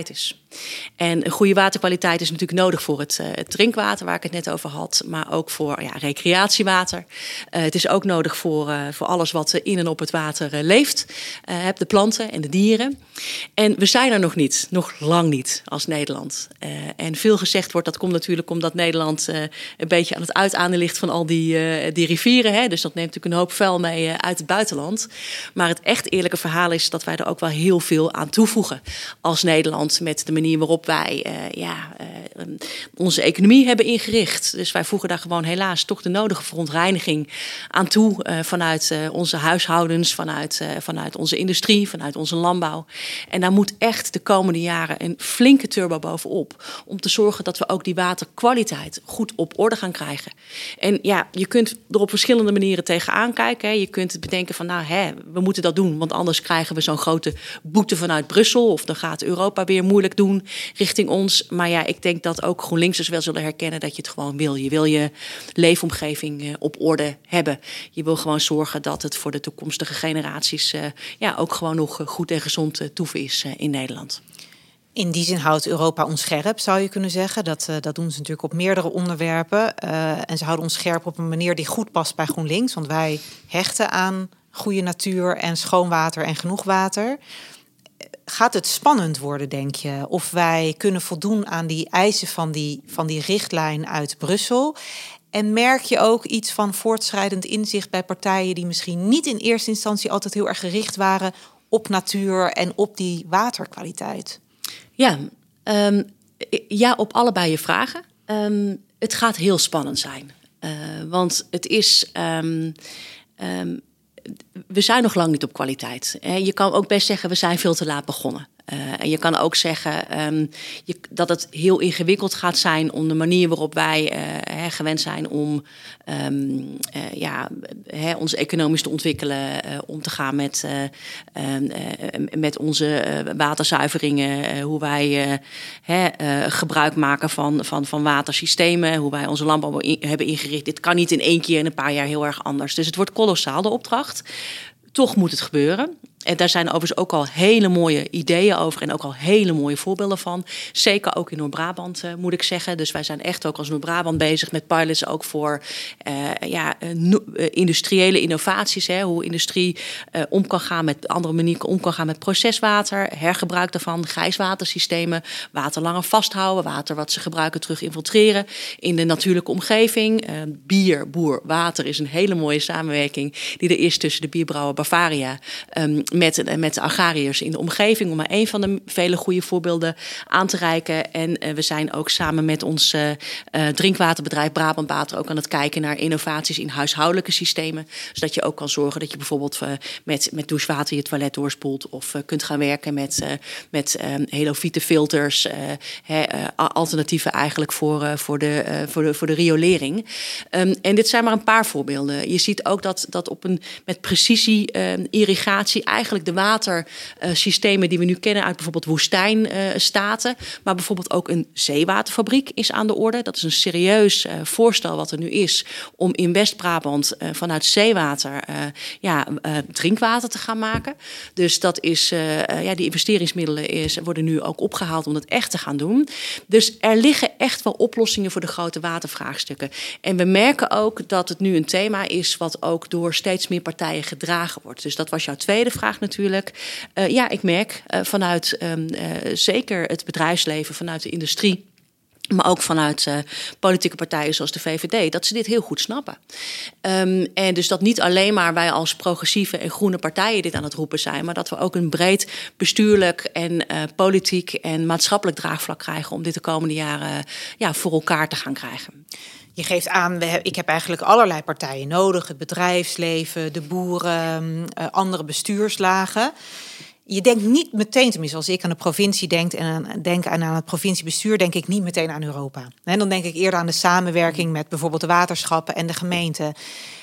En een goede waterkwaliteit is natuurlijk nodig voor het, uh, het drinkwater, waar ik het net over had, maar ook voor ja, recreatiewater. Uh, het is ook nodig voor, uh, voor alles wat in en op het water uh, leeft. Uh, de planten en de dieren. En we zijn er nog niet, nog lang niet als Nederland. Uh, en veel gezegd wordt, dat komt natuurlijk omdat Nederland uh, een beetje aan het uiteinde ligt van al die, uh, die rivieren. Hè? Dus dat neemt natuurlijk een hoop vuil mee uh, uit het buitenland. Maar het echt eerlijke verhaal is dat wij er ook wel heel veel aan toevoegen als Nederland, met de manier waarop wij uh, ja, uh, onze economie hebben ingericht. Dus wij voegen daar gewoon helaas toch de nodige verontreiniging aan toe uh, vanuit uh, onze huishoudens, vanuit, uh, vanuit onze industrie, vanuit onze landbouw. En daar moet echt de komende jaren een flinke turbo bovenop om te zorgen dat we ook die waterkwaliteit goed op orde gaan krijgen. En ja, je kunt er op verschillende manieren tegenaan kijken. Hè. Je kunt het bedenken van, nou, hè, we moeten dat doen, want anders krijgen we zo'n grote boete vanuit Brussel, of dan gaat Europa weer moeilijk doen richting ons. Maar ja, ik denk dat ook GroenLinksers wel zullen herkennen dat je het gewoon wil. Je wil je leefomgeving op orde hebben. Je wil gewoon zorgen dat het voor de toekomstige generaties uh, ja, ook gewoon nog goed en gezond uh, toeven is uh, in Nederland. In die zin houdt Europa ons scherp, zou je kunnen zeggen. Dat, uh, dat doen ze natuurlijk op meerdere onderwerpen. Uh, en ze houden ons scherp op een manier die goed past bij GroenLinks. Want wij hechten aan goede natuur en schoon water en genoeg water. Gaat het spannend worden, denk je? Of wij kunnen voldoen aan die eisen van die, van die richtlijn uit Brussel? En merk je ook iets van voortschrijdend inzicht bij partijen die misschien niet in eerste instantie altijd heel erg gericht waren op natuur en op die waterkwaliteit? Ja, um, ja op allebei je vragen. Um, het gaat heel spannend zijn. Uh, want het is... Um, um, we zijn nog lang niet op kwaliteit. Je kan ook best zeggen, we zijn veel te laat begonnen. Uh, en je kan ook zeggen um, je, dat het heel ingewikkeld gaat zijn om de manier waarop wij uh, he, gewend zijn om um, uh, ja, he, ons economisch te ontwikkelen, uh, om te gaan met, uh, uh, met onze uh, waterzuiveringen, uh, hoe wij uh, he, uh, gebruik maken van, van, van watersystemen, hoe wij onze landbouw in, hebben ingericht. Dit kan niet in één keer in een paar jaar heel erg anders. Dus het wordt kolossaal, de opdracht. Toch moet het gebeuren. En daar zijn overigens ook al hele mooie ideeën over en ook al hele mooie voorbeelden van. Zeker ook in Noord-Brabant, uh, moet ik zeggen. Dus wij zijn echt ook als Noord-Brabant bezig met pilots ook voor uh, ja, uh, industriële innovaties. Hè, hoe industrie uh, om kan gaan met andere manieren om kan gaan met proceswater, hergebruik daarvan, grijswatersystemen, water langer vasthouden, water wat ze gebruiken terug infiltreren in de natuurlijke omgeving. Uh, bier, boer, water is een hele mooie samenwerking die er is tussen de bierbrouwer Bavaria Um, Met, met de agrariërs in de omgeving, om maar één van de vele goede voorbeelden aan te reiken. En uh, we zijn ook samen met ons uh, uh, drinkwaterbedrijf Brabant Water ook aan het kijken naar innovaties in huishoudelijke systemen. Zodat je ook kan zorgen dat je bijvoorbeeld uh, met, met douchewater je toilet doorspoelt. Of uh, kunt gaan werken met, uh, met um, helofite filters. Uh, he, uh, alternatieven eigenlijk voor, uh, voor, de, uh, voor, de, voor de riolering. Um, en dit zijn maar een paar voorbeelden. Je ziet ook dat, dat op een, met precisie uh, irrigatie eigenlijk de watersystemen uh, die we nu kennen uit bijvoorbeeld woestijnstaten, uh, maar bijvoorbeeld ook een zeewaterfabriek is aan de orde. Dat is een serieus uh, voorstel wat er nu is om in West-Brabant uh, vanuit zeewater uh, ja, uh, drinkwater te gaan maken. Dus dat is, uh, uh, ja, die investeringsmiddelen is, worden nu ook opgehaald om dat echt te gaan doen. Dus er liggen echt wel oplossingen voor de grote watervraagstukken. En we merken ook dat het nu een thema is wat ook door steeds meer partijen gedragen wordt. Dus dat was jouw tweede vraag natuurlijk. Uh, ja, ik merk uh, vanuit um, uh, zeker het bedrijfsleven, vanuit de industrie, maar ook vanuit uh, politieke partijen zoals de V V D, dat ze dit heel goed snappen. Um, en dus dat niet alleen maar wij als progressieve en groene partijen dit aan het roepen zijn, maar dat we ook een breed bestuurlijk en uh, politiek en maatschappelijk draagvlak krijgen om dit de komende jaren uh, ja, voor elkaar te gaan krijgen. Je geeft aan, ik heb eigenlijk allerlei partijen nodig. Het bedrijfsleven, de boeren, andere bestuurslagen. Je denkt niet meteen, tenminste als ik aan de provincie denk en aan, denk aan het provinciebestuur, denk ik niet meteen aan Europa. En dan denk ik eerder aan de samenwerking met bijvoorbeeld de waterschappen en de gemeenten.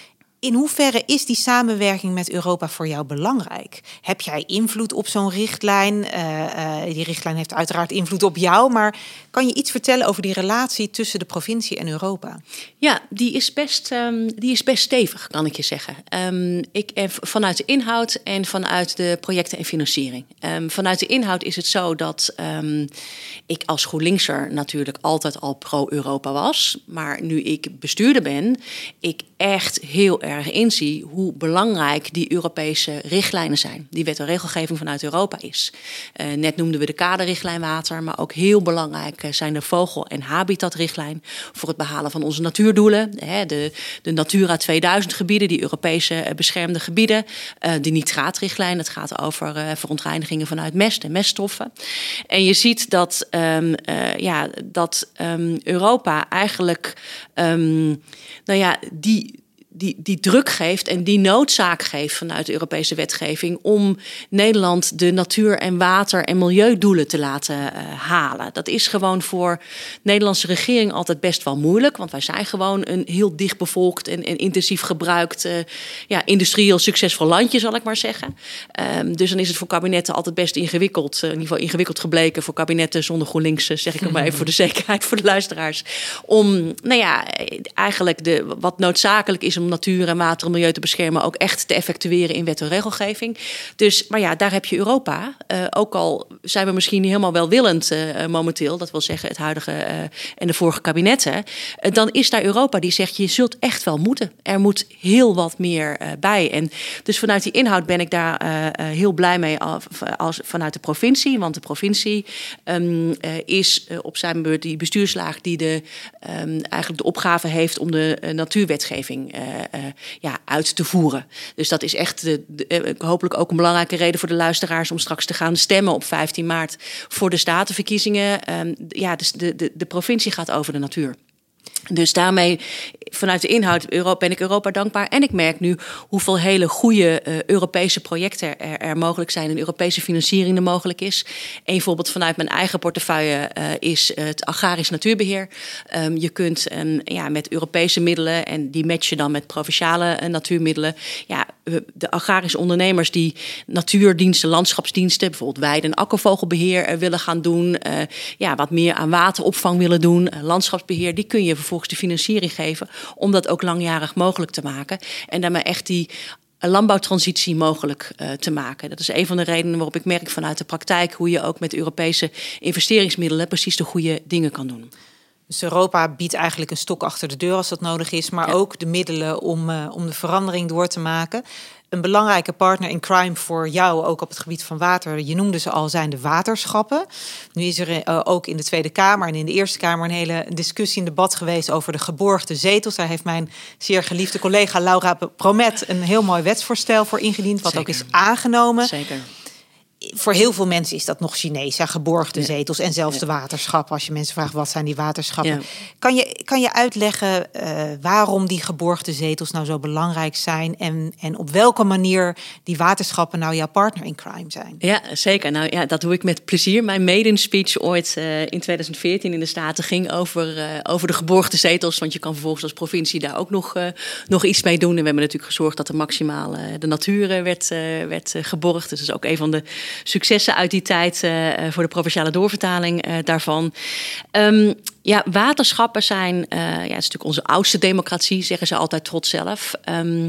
In hoeverre is die samenwerking met Europa voor jou belangrijk? Heb jij invloed op zo'n richtlijn? Uh, uh, die richtlijn heeft uiteraard invloed op jou, maar kan je iets vertellen over die relatie tussen de provincie en Europa? Ja, die is best, um, die is best stevig, kan ik je zeggen. Um, ik, vanuit de inhoud en vanuit de projecten en financiering. Um, vanuit de inhoud is het zo dat um, ik als GroenLinkser natuurlijk altijd al pro-Europa was. Maar nu ik bestuurder ben, ik echt heel erg inzie hoe belangrijk die Europese richtlijnen zijn. Die wet en regelgeving vanuit Europa is. Uh, net noemden we de kaderrichtlijn water, maar ook heel belangrijk zijn de vogel- en habitatrichtlijn voor het behalen van onze natuurdoelen. Hè, de, de Natura tweeduizend gebieden, die Europese beschermde gebieden. Uh, de nitraatrichtlijn, dat gaat over uh, verontreinigingen vanuit mest en meststoffen. En je ziet dat, um, uh, ja, dat um, Europa eigenlijk um, nou ja, die... Die, die druk geeft en die noodzaak geeft vanuit de Europese wetgeving om Nederland de natuur- en water- en milieudoelen te laten uh, halen. Dat is gewoon voor de Nederlandse regering altijd best wel moeilijk, want wij zijn gewoon een heel dichtbevolkt en, en intensief gebruikt, uh, ja, industrieel succesvol landje, zal ik maar zeggen. Um, dus dan is het voor kabinetten altijd best ingewikkeld, uh, in ieder geval ingewikkeld gebleken voor kabinetten zonder GroenLinks, zeg ik het maar even voor de zekerheid, voor de luisteraars, om, nou ja, eigenlijk de, wat noodzakelijk is om natuur en water en milieu te beschermen, ook echt te effectueren in wet en regelgeving. Dus, maar ja, daar heb je Europa. Uh, ook al zijn we misschien niet helemaal welwillend uh, momenteel, dat wil zeggen het huidige uh, en de vorige kabinetten, uh, dan is daar Europa die zegt, je zult echt wel moeten. Er moet heel wat meer uh, bij. En dus vanuit die inhoud ben ik daar uh, uh, heel blij mee als, als, vanuit de provincie, want de provincie um, uh, is uh, op zijn beurt die bestuurslaag die de, um, eigenlijk de opgave heeft om de uh, natuurwetgeving uh, Uh, ja, uit te voeren. Dus dat is echt de, de, uh, hopelijk ook een belangrijke reden voor de luisteraars om straks te gaan stemmen op vijftien maart voor de statenverkiezingen. Um, ja, dus de, de, de provincie gaat over de natuur. Dus daarmee, vanuit de inhoud ben ik Europa dankbaar. En ik merk nu hoeveel hele goede uh, Europese projecten er, er mogelijk zijn en Europese financiering er mogelijk is. Een voorbeeld vanuit mijn eigen portefeuille uh, is het agrarisch natuurbeheer. Um, je kunt um, ja, met Europese middelen, en die match je dan met provinciale uh, natuurmiddelen. Ja, de agrarische ondernemers die natuurdiensten, landschapsdiensten, bijvoorbeeld weide- en akkervogelbeheer uh, willen gaan doen. Uh, ja, wat meer aan wateropvang willen doen, uh, landschapsbeheer, die kun je vervolgens de financiering geven om dat ook langjarig mogelijk te maken. En daarmee echt die landbouwtransitie mogelijk uh, te maken. Dat is een van de redenen waarop ik merk vanuit de praktijk hoe je ook met Europese investeringsmiddelen precies de goede dingen kan doen. Dus Europa biedt eigenlijk een stok achter de deur als dat nodig is, maar ja, ook de middelen om, uh, om de verandering door te maken. Een belangrijke partner in crime voor jou, ook op het gebied van water, je noemde ze al, zijn de waterschappen. Nu is er uh, ook in de Tweede Kamer en in de Eerste Kamer een hele discussie en debat geweest over de geborgde zetels. Daar heeft mijn zeer geliefde collega Laura Promet een heel mooi wetsvoorstel voor ingediend, wat Zeker. ook is aangenomen. Zeker. Voor heel veel mensen is dat nog Chinees, ja, geborgde ja. zetels en zelfs ja. de waterschappen. Als je mensen vraagt, wat zijn die waterschappen? Ja. Kan je, kan je uitleggen uh, waarom die geborgde zetels nou zo belangrijk zijn en, en op welke manier die waterschappen nou jouw partner in crime zijn? Ja, zeker. Nou ja, dat doe ik met plezier. Mijn maiden speech ooit uh, in twintig veertien in de Staten ging over, uh, over de geborgde zetels. Want je kan vervolgens als provincie daar ook nog, uh, nog iets mee doen. En we hebben natuurlijk gezorgd dat er maximaal uh, de natuur uh, werd, uh, werd uh, geborgd. Dus dat is ook een van de successen uit die tijd uh, voor de provinciale doorvertaling uh, daarvan. Um, ja, waterschappen zijn, uh, ja, het is natuurlijk onze oudste democratie, zeggen ze altijd trots zelf. Um,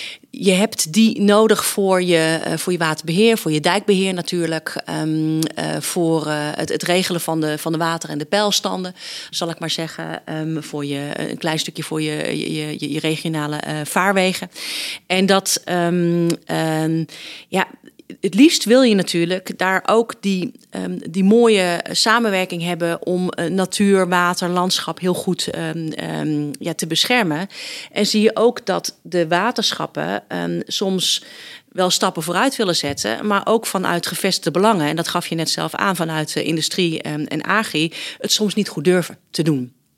je hebt die nodig voor je, uh, voor je waterbeheer, voor je dijkbeheer natuurlijk, um, uh, voor uh, het, het regelen van de, van de water- en de peilstanden, zal ik maar zeggen. Um, voor je, een klein stukje voor je, je, je, je regionale uh, vaarwegen. En dat, um, um, ja... Het liefst wil je natuurlijk daar ook die, um, die mooie samenwerking hebben om uh, natuur, water, landschap heel goed um, um, ja, te beschermen. En zie je ook dat de waterschappen um, soms wel stappen vooruit willen zetten, maar ook vanuit gevestigde belangen, en dat gaf je net zelf aan, vanuit de industrie um, en agri, het soms niet goed durven te doen.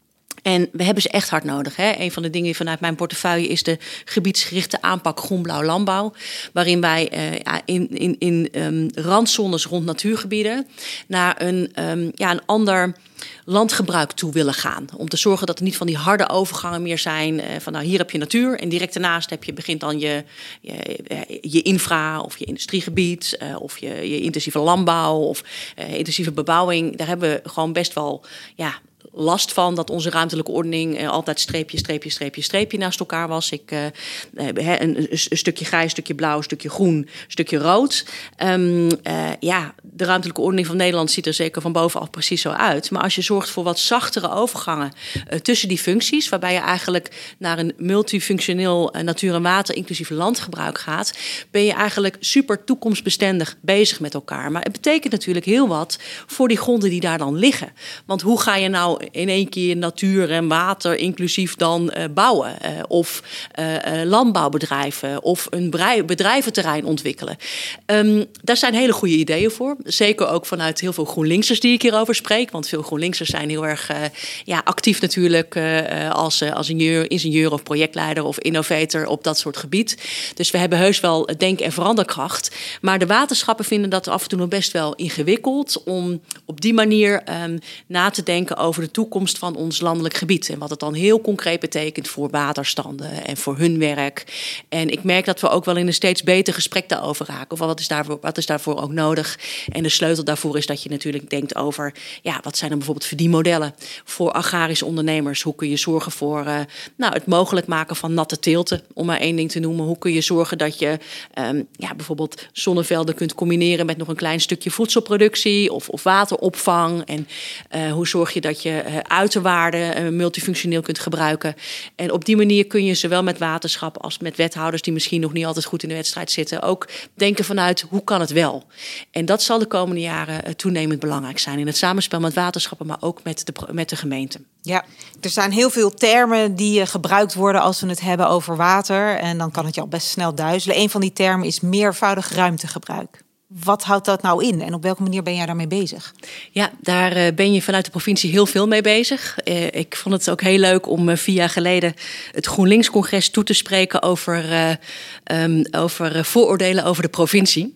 En we hebben ze echt hard nodig. Hè? Een van de dingen vanuit mijn portefeuille is de gebiedsgerichte aanpak groen-blauw landbouw. Waarin wij uh, ja, in, in, in um, randzones rond natuurgebieden naar een, um, ja, een ander landgebruik toe willen gaan. Om te zorgen dat er niet van die harde overgangen meer zijn. Uh, van nou, hier heb je natuur en direct daarnaast heb je, begint dan je, je, je infra of je industriegebied. Uh, of je, je intensieve landbouw of uh, intensieve bebouwing. Daar hebben we gewoon best wel ja, last van dat onze ruimtelijke ordening uh, altijd streepje, streepje, streepje, streepje naast elkaar was. Ik, uh, een, een, een stukje grijs, een stukje blauw, een stukje groen, een stukje rood. Um, uh, ja, de ruimtelijke ordening van Nederland ziet er zeker van bovenaf precies zo uit. Maar als je zorgt voor wat zachtere overgangen uh, tussen die functies, waarbij je eigenlijk naar een multifunctioneel uh, natuur en water inclusief landgebruik gaat, ben je eigenlijk super toekomstbestendig bezig met elkaar. Maar het betekent natuurlijk heel wat voor die gronden die daar dan liggen. Want hoe ga je nou in één keer natuur en water inclusief dan uh, bouwen? Uh, of uh, uh, landbouwbedrijven of een bedrijventerrein ontwikkelen. Um, daar zijn hele goede ideeën voor. Zeker ook vanuit heel veel GroenLinksers die ik hierover spreek. Want veel GroenLinksers zijn heel erg uh, ja, actief natuurlijk uh, als, uh, als ingenieur, ingenieur of projectleider of innovator op dat soort gebied. Dus we hebben heus wel denk- en veranderkracht. Maar de waterschappen vinden dat af en toe nog best wel ingewikkeld om op die manier um, na te denken over de toekomst van ons landelijk gebied. En wat het dan heel concreet betekent voor waterstanden en voor hun werk. En ik merk dat we ook wel in een steeds beter gesprek daarover raken. Of wat is daarvoor, wat is daarvoor ook nodig? En de sleutel daarvoor is dat je natuurlijk denkt over, ja, wat zijn dan bijvoorbeeld verdienmodellen voor agrarische ondernemers? Hoe kun je zorgen voor uh, nou, het mogelijk maken van natte teelten, om maar één ding te noemen. Hoe kun je zorgen dat je um, ja, bijvoorbeeld zonnevelden kunt combineren met nog een klein stukje voedselproductie of, of wateropvang? En uh, hoe zorg je dat je uh, uiterwaarden uh, multifunctioneel kunt gebruiken? En op die manier kun je zowel met waterschap als met wethouders die misschien nog niet altijd goed in de wedstrijd zitten, ook denken vanuit hoe kan het wel? En dat zal de komende jaren uh, toenemend belangrijk zijn in het samenspel met waterschappen, maar ook met de, met de gemeente. Ja, er zijn heel veel termen die uh, gebruikt worden als we het hebben over water. En dan kan het je al best snel duizelen. Een van die termen is meervoudig ruimtegebruik. Wat houdt dat nou in en op welke manier ben jij daarmee bezig? Ja, daar uh, ben je vanuit de provincie heel veel mee bezig. Uh, ik vond het ook heel leuk om uh, vier jaar geleden het GroenLinks-congres toe te spreken over, uh, um, over uh, vooroordelen over de provincie.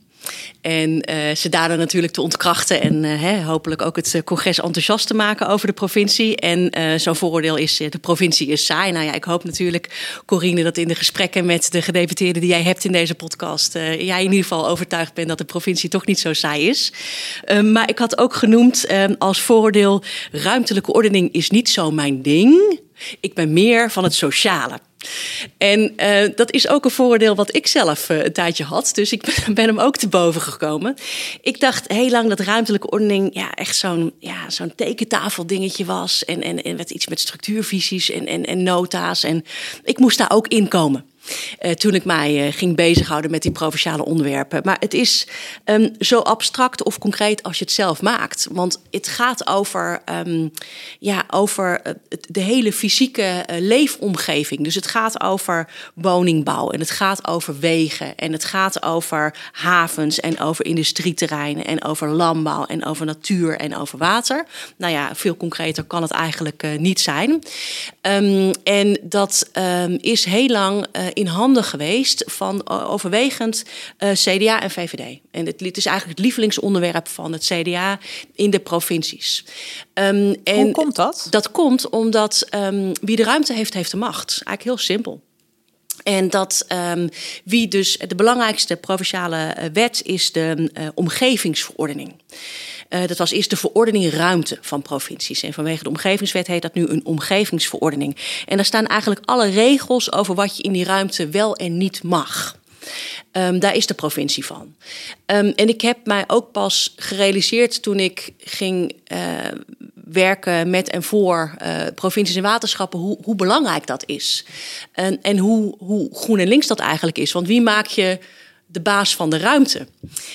En uh, ze daardoor natuurlijk te ontkrachten en uh, he, hopelijk ook het congres enthousiast te maken over de provincie. En uh, zo'n vooroordeel is, de provincie is saai. Nou ja, ik hoop natuurlijk, Corine, dat in de gesprekken met de gedeputeerden die jij hebt in deze podcast, uh, jij in ieder geval overtuigd bent dat de provincie toch niet zo saai is. Uh, maar ik had ook genoemd uh, als vooroordeel, ruimtelijke ordening is niet zo mijn ding. Ik ben meer van het sociale. En uh, dat is ook een vooroordeel wat ik zelf uh, een tijdje had. Dus ik ben, ben hem ook te boven gekomen. Ik dacht heel lang dat ruimtelijke ordening ja, echt zo'n, ja, zo'n tekentafeldingetje was. En, en, en met iets met structuurvisies en, en, en nota's. En ik moest daar ook in komen. Uh, toen ik mij uh, ging bezighouden met die provinciale onderwerpen. Maar het is um, zo abstract of concreet als je het zelf maakt. Want het gaat over, um, ja, over uh, de hele fysieke uh, leefomgeving. Dus het gaat over woningbouw en het gaat over wegen. En het gaat over havens en over industrieterreinen en over landbouw en over natuur en over water. Nou ja, veel concreter kan het eigenlijk uh, niet zijn. Um, en dat um, is heel lang uh, in handen geweest van uh, overwegend uh, C D A en V V D. En het, het is eigenlijk het lievelingsonderwerp van het C D A in de provincies. Um, en Hoe komt dat? Dat komt omdat um, wie de ruimte heeft, heeft de macht. Eigenlijk heel simpel. En dat um, wie dus de belangrijkste provinciale wet is de uh, omgevingsverordening. Uh, dat was eerst de verordening ruimte van provincies. En vanwege de omgevingswet heet dat nu een omgevingsverordening. En daar staan eigenlijk alle regels over wat je in die ruimte wel en niet mag. Um, daar is de provincie van. Um, en ik heb mij ook pas gerealiseerd toen ik ging uh, werken met en voor uh, provincies en waterschappen, hoe, hoe belangrijk dat is. En, en hoe, hoe groen en links dat eigenlijk is. Want wie maak je de baas van de ruimte.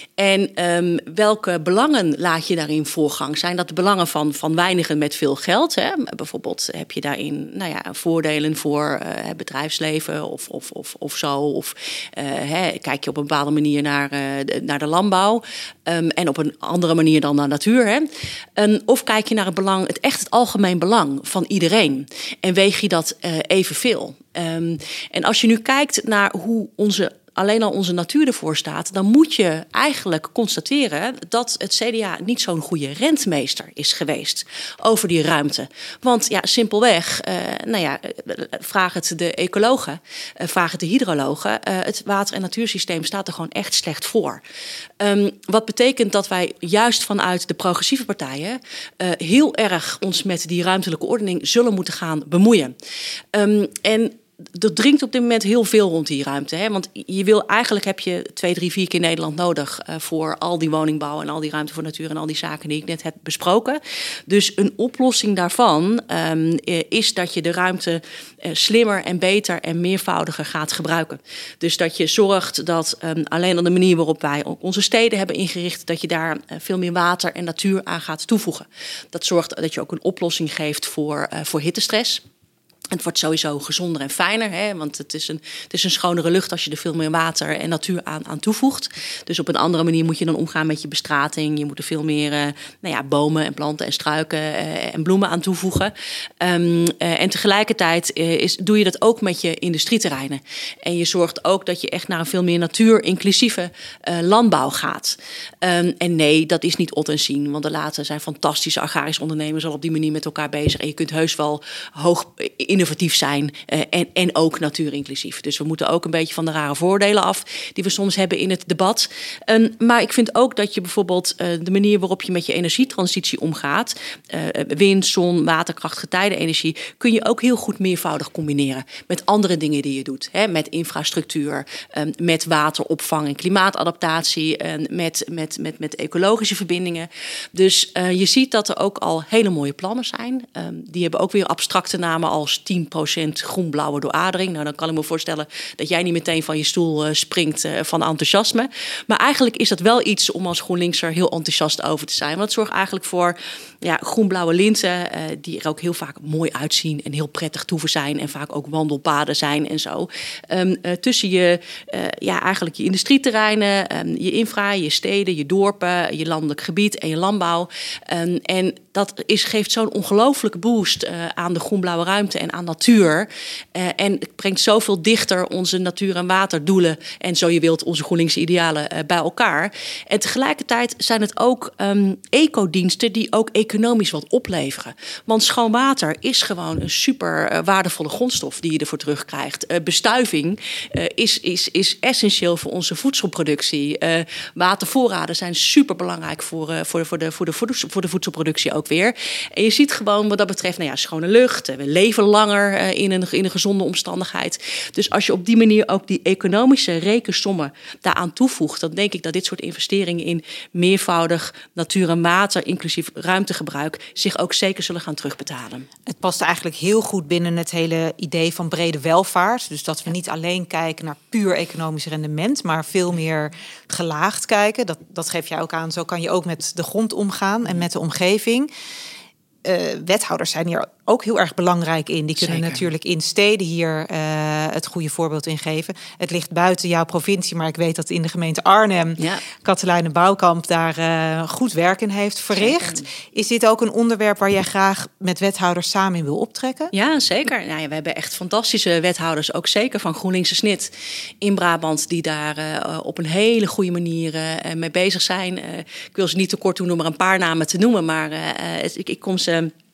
En um, welke belangen laat je daarin voorgang? Zijn dat de belangen van, van weinigen met veel geld? Hè? Bijvoorbeeld heb je daarin nou ja, voordelen voor uh, het bedrijfsleven of, of, of, of zo. Of uh, hè, kijk je op een bepaalde manier naar, uh, de, naar de landbouw. Um, en op een andere manier dan naar natuur. Hè? Um, of kijk je naar het belang, het echt het algemeen belang van iedereen. En weeg je dat uh, evenveel? Um, en als je nu kijkt naar hoe onze alleen al onze natuur ervoor staat, dan moet je eigenlijk constateren dat het C D A niet zo'n goede rentmeester is geweest over die ruimte. Want ja, simpelweg, uh, nou ja, vraag het de ecologen, uh, vraag het de hydrologen. Uh, het water- en natuursysteem staat er gewoon echt slecht voor. Um, wat betekent dat wij juist vanuit de progressieve partijen uh, heel erg ons met die ruimtelijke ordening zullen moeten gaan bemoeien. Um, en Er dringt op dit moment heel veel rond die ruimte. Hè? Want je wil, eigenlijk heb je twee, drie, vier keer Nederland nodig uh, voor al die woningbouw en al die ruimte voor natuur en al die zaken die ik net heb besproken. Dus een oplossing daarvan um, is dat je de ruimte uh, slimmer en beter en meervoudiger gaat gebruiken. Dus dat je zorgt dat um, alleen al de manier waarop wij onze steden hebben ingericht, dat je daar uh, veel meer water en natuur aan gaat toevoegen. Dat zorgt dat je ook een oplossing geeft voor, uh, voor hittestress. Het wordt sowieso gezonder en fijner, hè, want het is, een, het is een schonere lucht als je er veel meer water en natuur aan, aan toevoegt. Dus op een andere manier moet je dan omgaan met je bestrating. Je moet er veel meer uh, nou ja, bomen en planten en struiken uh, en bloemen aan toevoegen. Um, uh, en tegelijkertijd uh, is, doe je dat ook met je industrieterreinen. En je zorgt ook dat je echt naar een veel meer natuur-inclusieve uh, landbouw gaat. Um, en nee, dat is niet ot en zien, want de later zijn fantastische agrarische ondernemers al op die manier met elkaar bezig. En je kunt heus wel hoog innovatief zijn uh, en, en ook natuurinclusief. Dus we moeten ook een beetje van de rare voordelen af die we soms hebben in het debat. Um, maar ik vind ook dat je bijvoorbeeld uh, de manier waarop je met je energietransitie omgaat, uh, wind, zon, waterkracht, getijdenenergie, kun je ook heel goed meervoudig combineren met andere dingen die je doet. Hè? Met infrastructuur, um, met wateropvang en klimaatadaptatie, en met, met, met, met ecologische verbindingen. Dus uh, je ziet dat er ook al hele mooie plannen zijn. Um, die hebben ook weer abstracte namen als tien procent groen-blauwe dooradering. Nou, dan kan ik me voorstellen dat jij niet meteen van je stoel uh, springt uh, van enthousiasme. Maar eigenlijk is dat wel iets om als GroenLinkser heel enthousiast over te zijn. Want het zorgt eigenlijk voor ja, groen-blauwe linten, uh, die er ook heel vaak mooi uitzien en heel prettig toeven zijn en vaak ook wandelpaden zijn en zo. Um, uh, tussen je, uh, ja, eigenlijk je industrieterreinen, um, je infra, je steden, je dorpen, je landelijk gebied en je landbouw. Um, en dat is, geeft zo'n ongelooflijke boost uh, aan de groen-blauwe ruimte en aan natuur. Uh, en het brengt zoveel dichter onze natuur- en waterdoelen en zo je wilt onze GroenLinkse idealen uh, bij elkaar. En tegelijkertijd zijn het ook um, ecodiensten die ook economisch wat opleveren. Want schoon water is gewoon een super uh, waardevolle grondstof die je ervoor terugkrijgt. Uh, bestuiving uh, is, is, is essentieel voor onze voedselproductie. Uh, watervoorraden zijn super belangrijk voor, uh, voor, voor, de, voor, de, voor de voedselproductie ook weer. En je ziet gewoon wat dat betreft, nou ja, schone lucht. We leven langer uh, in, een, in een gezonde omstandigheid. Dus als je op die manier ook die economische rekensommen daaraan toevoegt, dan denk ik dat dit soort investeringen in meervoudig natuur en water, inclusief ruimtegebruik, zich ook zeker zullen gaan terugbetalen. Het past eigenlijk heel goed binnen het hele idee van brede welvaart. Dus dat we niet alleen kijken naar puur economisch rendement, maar veel meer gelaagd kijken. Dat, dat geef jij ook aan. Zo kan je ook met de grond omgaan en met de omgeving. Uh, wethouders zijn hier ook heel erg belangrijk in. Die kunnen Zeker. natuurlijk in steden hier uh, het goede voorbeeld in geven. Het ligt buiten jouw provincie, maar ik weet dat in de gemeente Arnhem ja. Katelijne Bouwkamp daar uh, goed werk in heeft verricht. Zeker. Is dit ook een onderwerp waar jij graag met wethouders samen in wil optrekken? Ja, zeker. Nou ja, we hebben echt fantastische wethouders, ook zeker van GroenLinkse snit in Brabant, die daar uh, op een hele goede manier uh, mee bezig zijn. Uh, ik wil ze niet te kort doen om er een paar namen te noemen, maar uh, ik, ik kom ze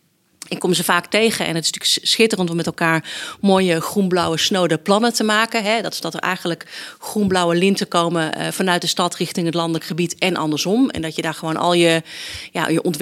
Ik kom ze vaak tegen en het is natuurlijk schitterend om met elkaar mooie groen-blauwe snode plannen te maken. Hè? Dat is dat er eigenlijk groen-blauwe linten komen uh, vanuit de stad richting het landelijk gebied en andersom. En dat je daar gewoon al je, ja, je ontwerp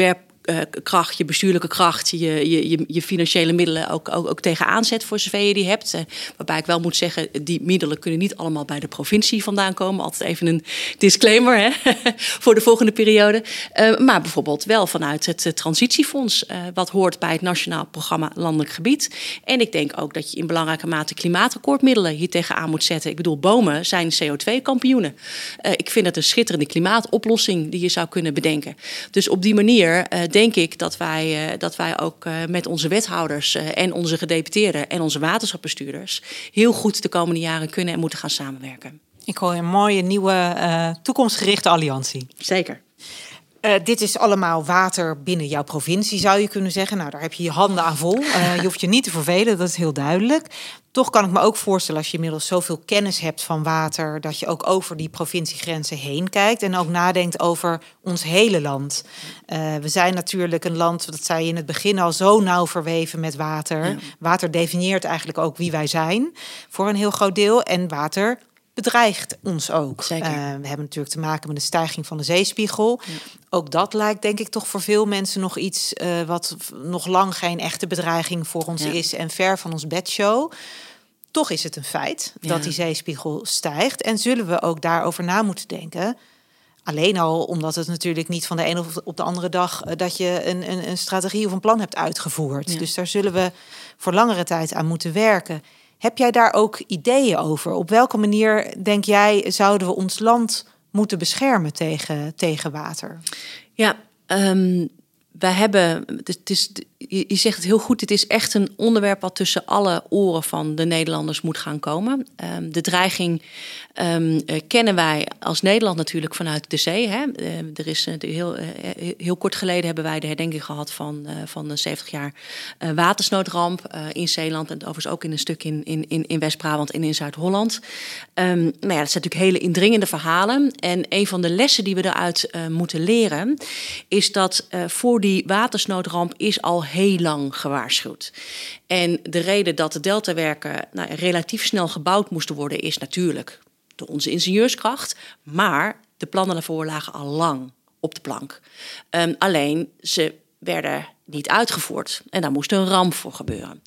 uh, kracht, je bestuurlijke kracht, je, je, je, je financiële middelen ook, ook, ook tegenaan zet voor zover je die hebt. Uh, waarbij ik wel moet zeggen, die middelen kunnen niet allemaal bij de provincie vandaan komen. Altijd even een disclaimer hè, voor de volgende periode. Uh, maar bijvoorbeeld wel vanuit het uh, transitiefonds, uh, wat hoort bij het Nationaal Programma Landelijk Gebied. En ik denk ook dat je in belangrijke mate klimaatakkoordmiddelen hier tegenaan moet zetten. Ik bedoel, bomen zijn C O twee kampioenen. Uh, ik vind het een schitterende klimaatoplossing die je zou kunnen bedenken. Dus op die manier uh, denk ik dat wij, uh, dat wij ook uh, met onze wethouders uh, en onze gedeputeerden en onze waterschapsbestuurders heel goed de komende jaren kunnen en moeten gaan samenwerken. Ik hoor een mooie nieuwe uh, toekomstgerichte alliantie. Zeker. Uh, dit is allemaal water binnen jouw provincie, zou je kunnen zeggen. Nou, daar heb je je handen aan vol. Uh, je hoeft je niet te vervelen, dat is heel duidelijk. Toch kan ik me ook voorstellen, als je inmiddels zoveel kennis hebt van water, dat je ook over die provinciegrenzen heen kijkt en ook nadenkt over ons hele land. Uh, we zijn natuurlijk een land, dat zei je in het begin al, zo nauw verweven met water. Ja. Water definieert eigenlijk ook wie wij zijn, voor een heel groot deel. En water bedreigt ons ook. Uh, we hebben natuurlijk te maken met de stijging van de zeespiegel. Ja. Ook dat lijkt denk ik toch voor veel mensen nog iets uh, wat nog lang geen echte bedreiging voor ons ja. is en ver van ons bedshow. Toch is het een feit ja. dat die zeespiegel stijgt. En zullen we ook daarover na moeten denken. Alleen al omdat het natuurlijk niet van de ene op de andere dag uh, dat je een, een, een strategie of een plan hebt uitgevoerd. Ja. Dus daar zullen we voor langere tijd aan moeten werken. Heb jij daar ook ideeën over? Op welke manier, denk jij, zouden we ons land moeten beschermen tegen, tegen water? Ja, um, wij hebben, het is, je zegt het heel goed, het is echt een onderwerp wat tussen alle oren van de Nederlanders moet gaan komen. Um, de dreiging um, uh, kennen wij als Nederland natuurlijk vanuit de zee. Hè? Uh, er is uh, heel, uh, heel kort geleden hebben wij de herdenking gehad van, uh, van de zeventig jaar uh, watersnoodramp uh, in Zeeland. En overigens ook in een stuk in, in, in West-Brabant en in Zuid-Holland. Um, nou ja, dat zijn natuurlijk hele indringende verhalen. En een van de lessen die we daaruit uh, moeten leren is dat uh, voor die watersnoodramp is al heel lang gewaarschuwd. En de reden dat de deltawerken nou, relatief snel gebouwd moesten worden is natuurlijk door onze ingenieurskracht. Maar de plannen daarvoor lagen al lang op de plank. Um, alleen ze werden niet uitgevoerd. En daar moest een ramp voor gebeuren.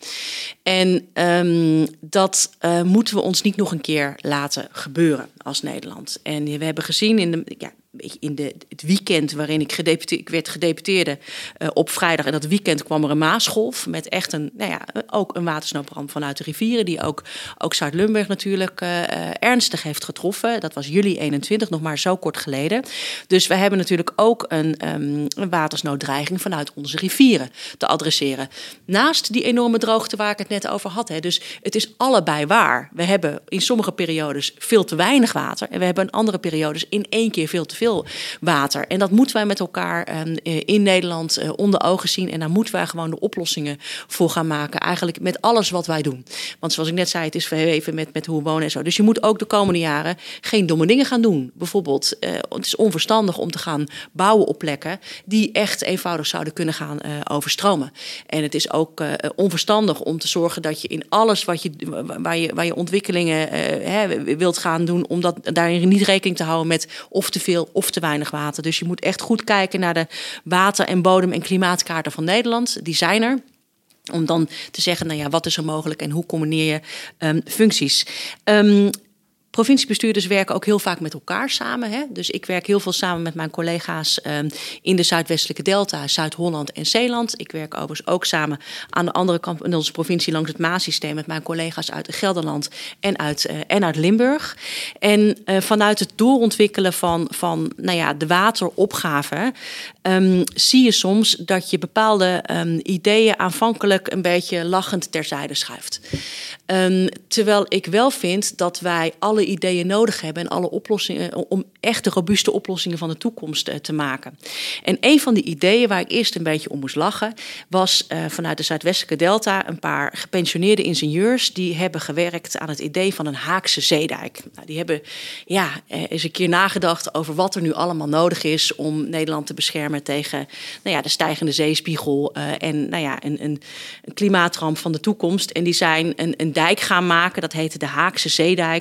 En um, dat uh, moeten we ons niet nog een keer laten gebeuren als Nederland. En we hebben gezien in de... Ja, in de, het weekend waarin ik, gedeputeerde, ik werd gedeputeerde uh, op vrijdag. En dat weekend kwam er een Maasgolf met echt een, nou ja, ook een watersnoodramp vanuit de rivieren. Die ook, ook Zuid-Limburg natuurlijk uh, ernstig heeft getroffen. Dat was juli eenentwintig, nog maar zo kort geleden. Dus we hebben natuurlijk ook een, um, een watersnooddreiging vanuit onze rivieren te adresseren. Naast die enorme droogte waar ik het net over had. Hè. Dus het is allebei waar. We hebben in sommige periodes veel te weinig water. En we hebben in andere periodes in één keer veel te veel water. En dat moeten wij met elkaar um, in Nederland uh, onder ogen zien. En daar moeten wij gewoon de oplossingen voor gaan maken. Eigenlijk met alles wat wij doen. Want zoals ik net zei, het is verweven met, met hoe we wonen en zo. Dus je moet ook de komende jaren geen domme dingen gaan doen. Bijvoorbeeld, uh, het is onverstandig om te gaan bouwen op plekken die echt eenvoudig zouden kunnen gaan uh, overstromen. En het is ook uh, onverstandig om te zorgen dat je in alles wat je, waar, je, waar je ontwikkelingen uh, hè, wilt gaan doen, om dat, daarin niet rekening te houden met of te veel of te weinig water. Dus je moet echt goed kijken naar de water- en bodem- en klimaatkaarten van Nederland. Die zijn er. Om dan te zeggen, nou ja, wat is er mogelijk en hoe combineer je um, functies? Um, Provinciebestuurders werken ook heel vaak met elkaar samen. Hè? Dus ik werk heel veel samen met mijn collega's um, in de Zuidwestelijke Delta, Zuid-Holland en Zeeland. Ik werk overigens ook samen aan de andere kant in onze provincie langs het Maassysteem met mijn collega's uit Gelderland en uit, uh, en uit Limburg. En uh, vanuit het doorontwikkelen van, van nou ja, de wateropgave um, zie je soms dat je bepaalde um, ideeën aanvankelijk een beetje lachend terzijde schuift. Um, terwijl ik wel vind dat wij alle ideeën nodig hebben en alle oplossingen om echte robuuste oplossingen van de toekomst uh, te maken. En een van die ideeën waar ik eerst een beetje om moest lachen was uh, vanuit de Zuidwestelijke Delta een paar gepensioneerde ingenieurs die hebben gewerkt aan het idee van een Haakse zeedijk. Nou, die hebben ja, eens een keer nagedacht over wat er nu allemaal nodig is om Nederland te beschermen tegen nou ja, de stijgende zeespiegel uh, en nou ja, een, een, een klimaatramp van de toekomst. En die zijn een, een dijk gaan maken, dat heette de Haakse zeedijk.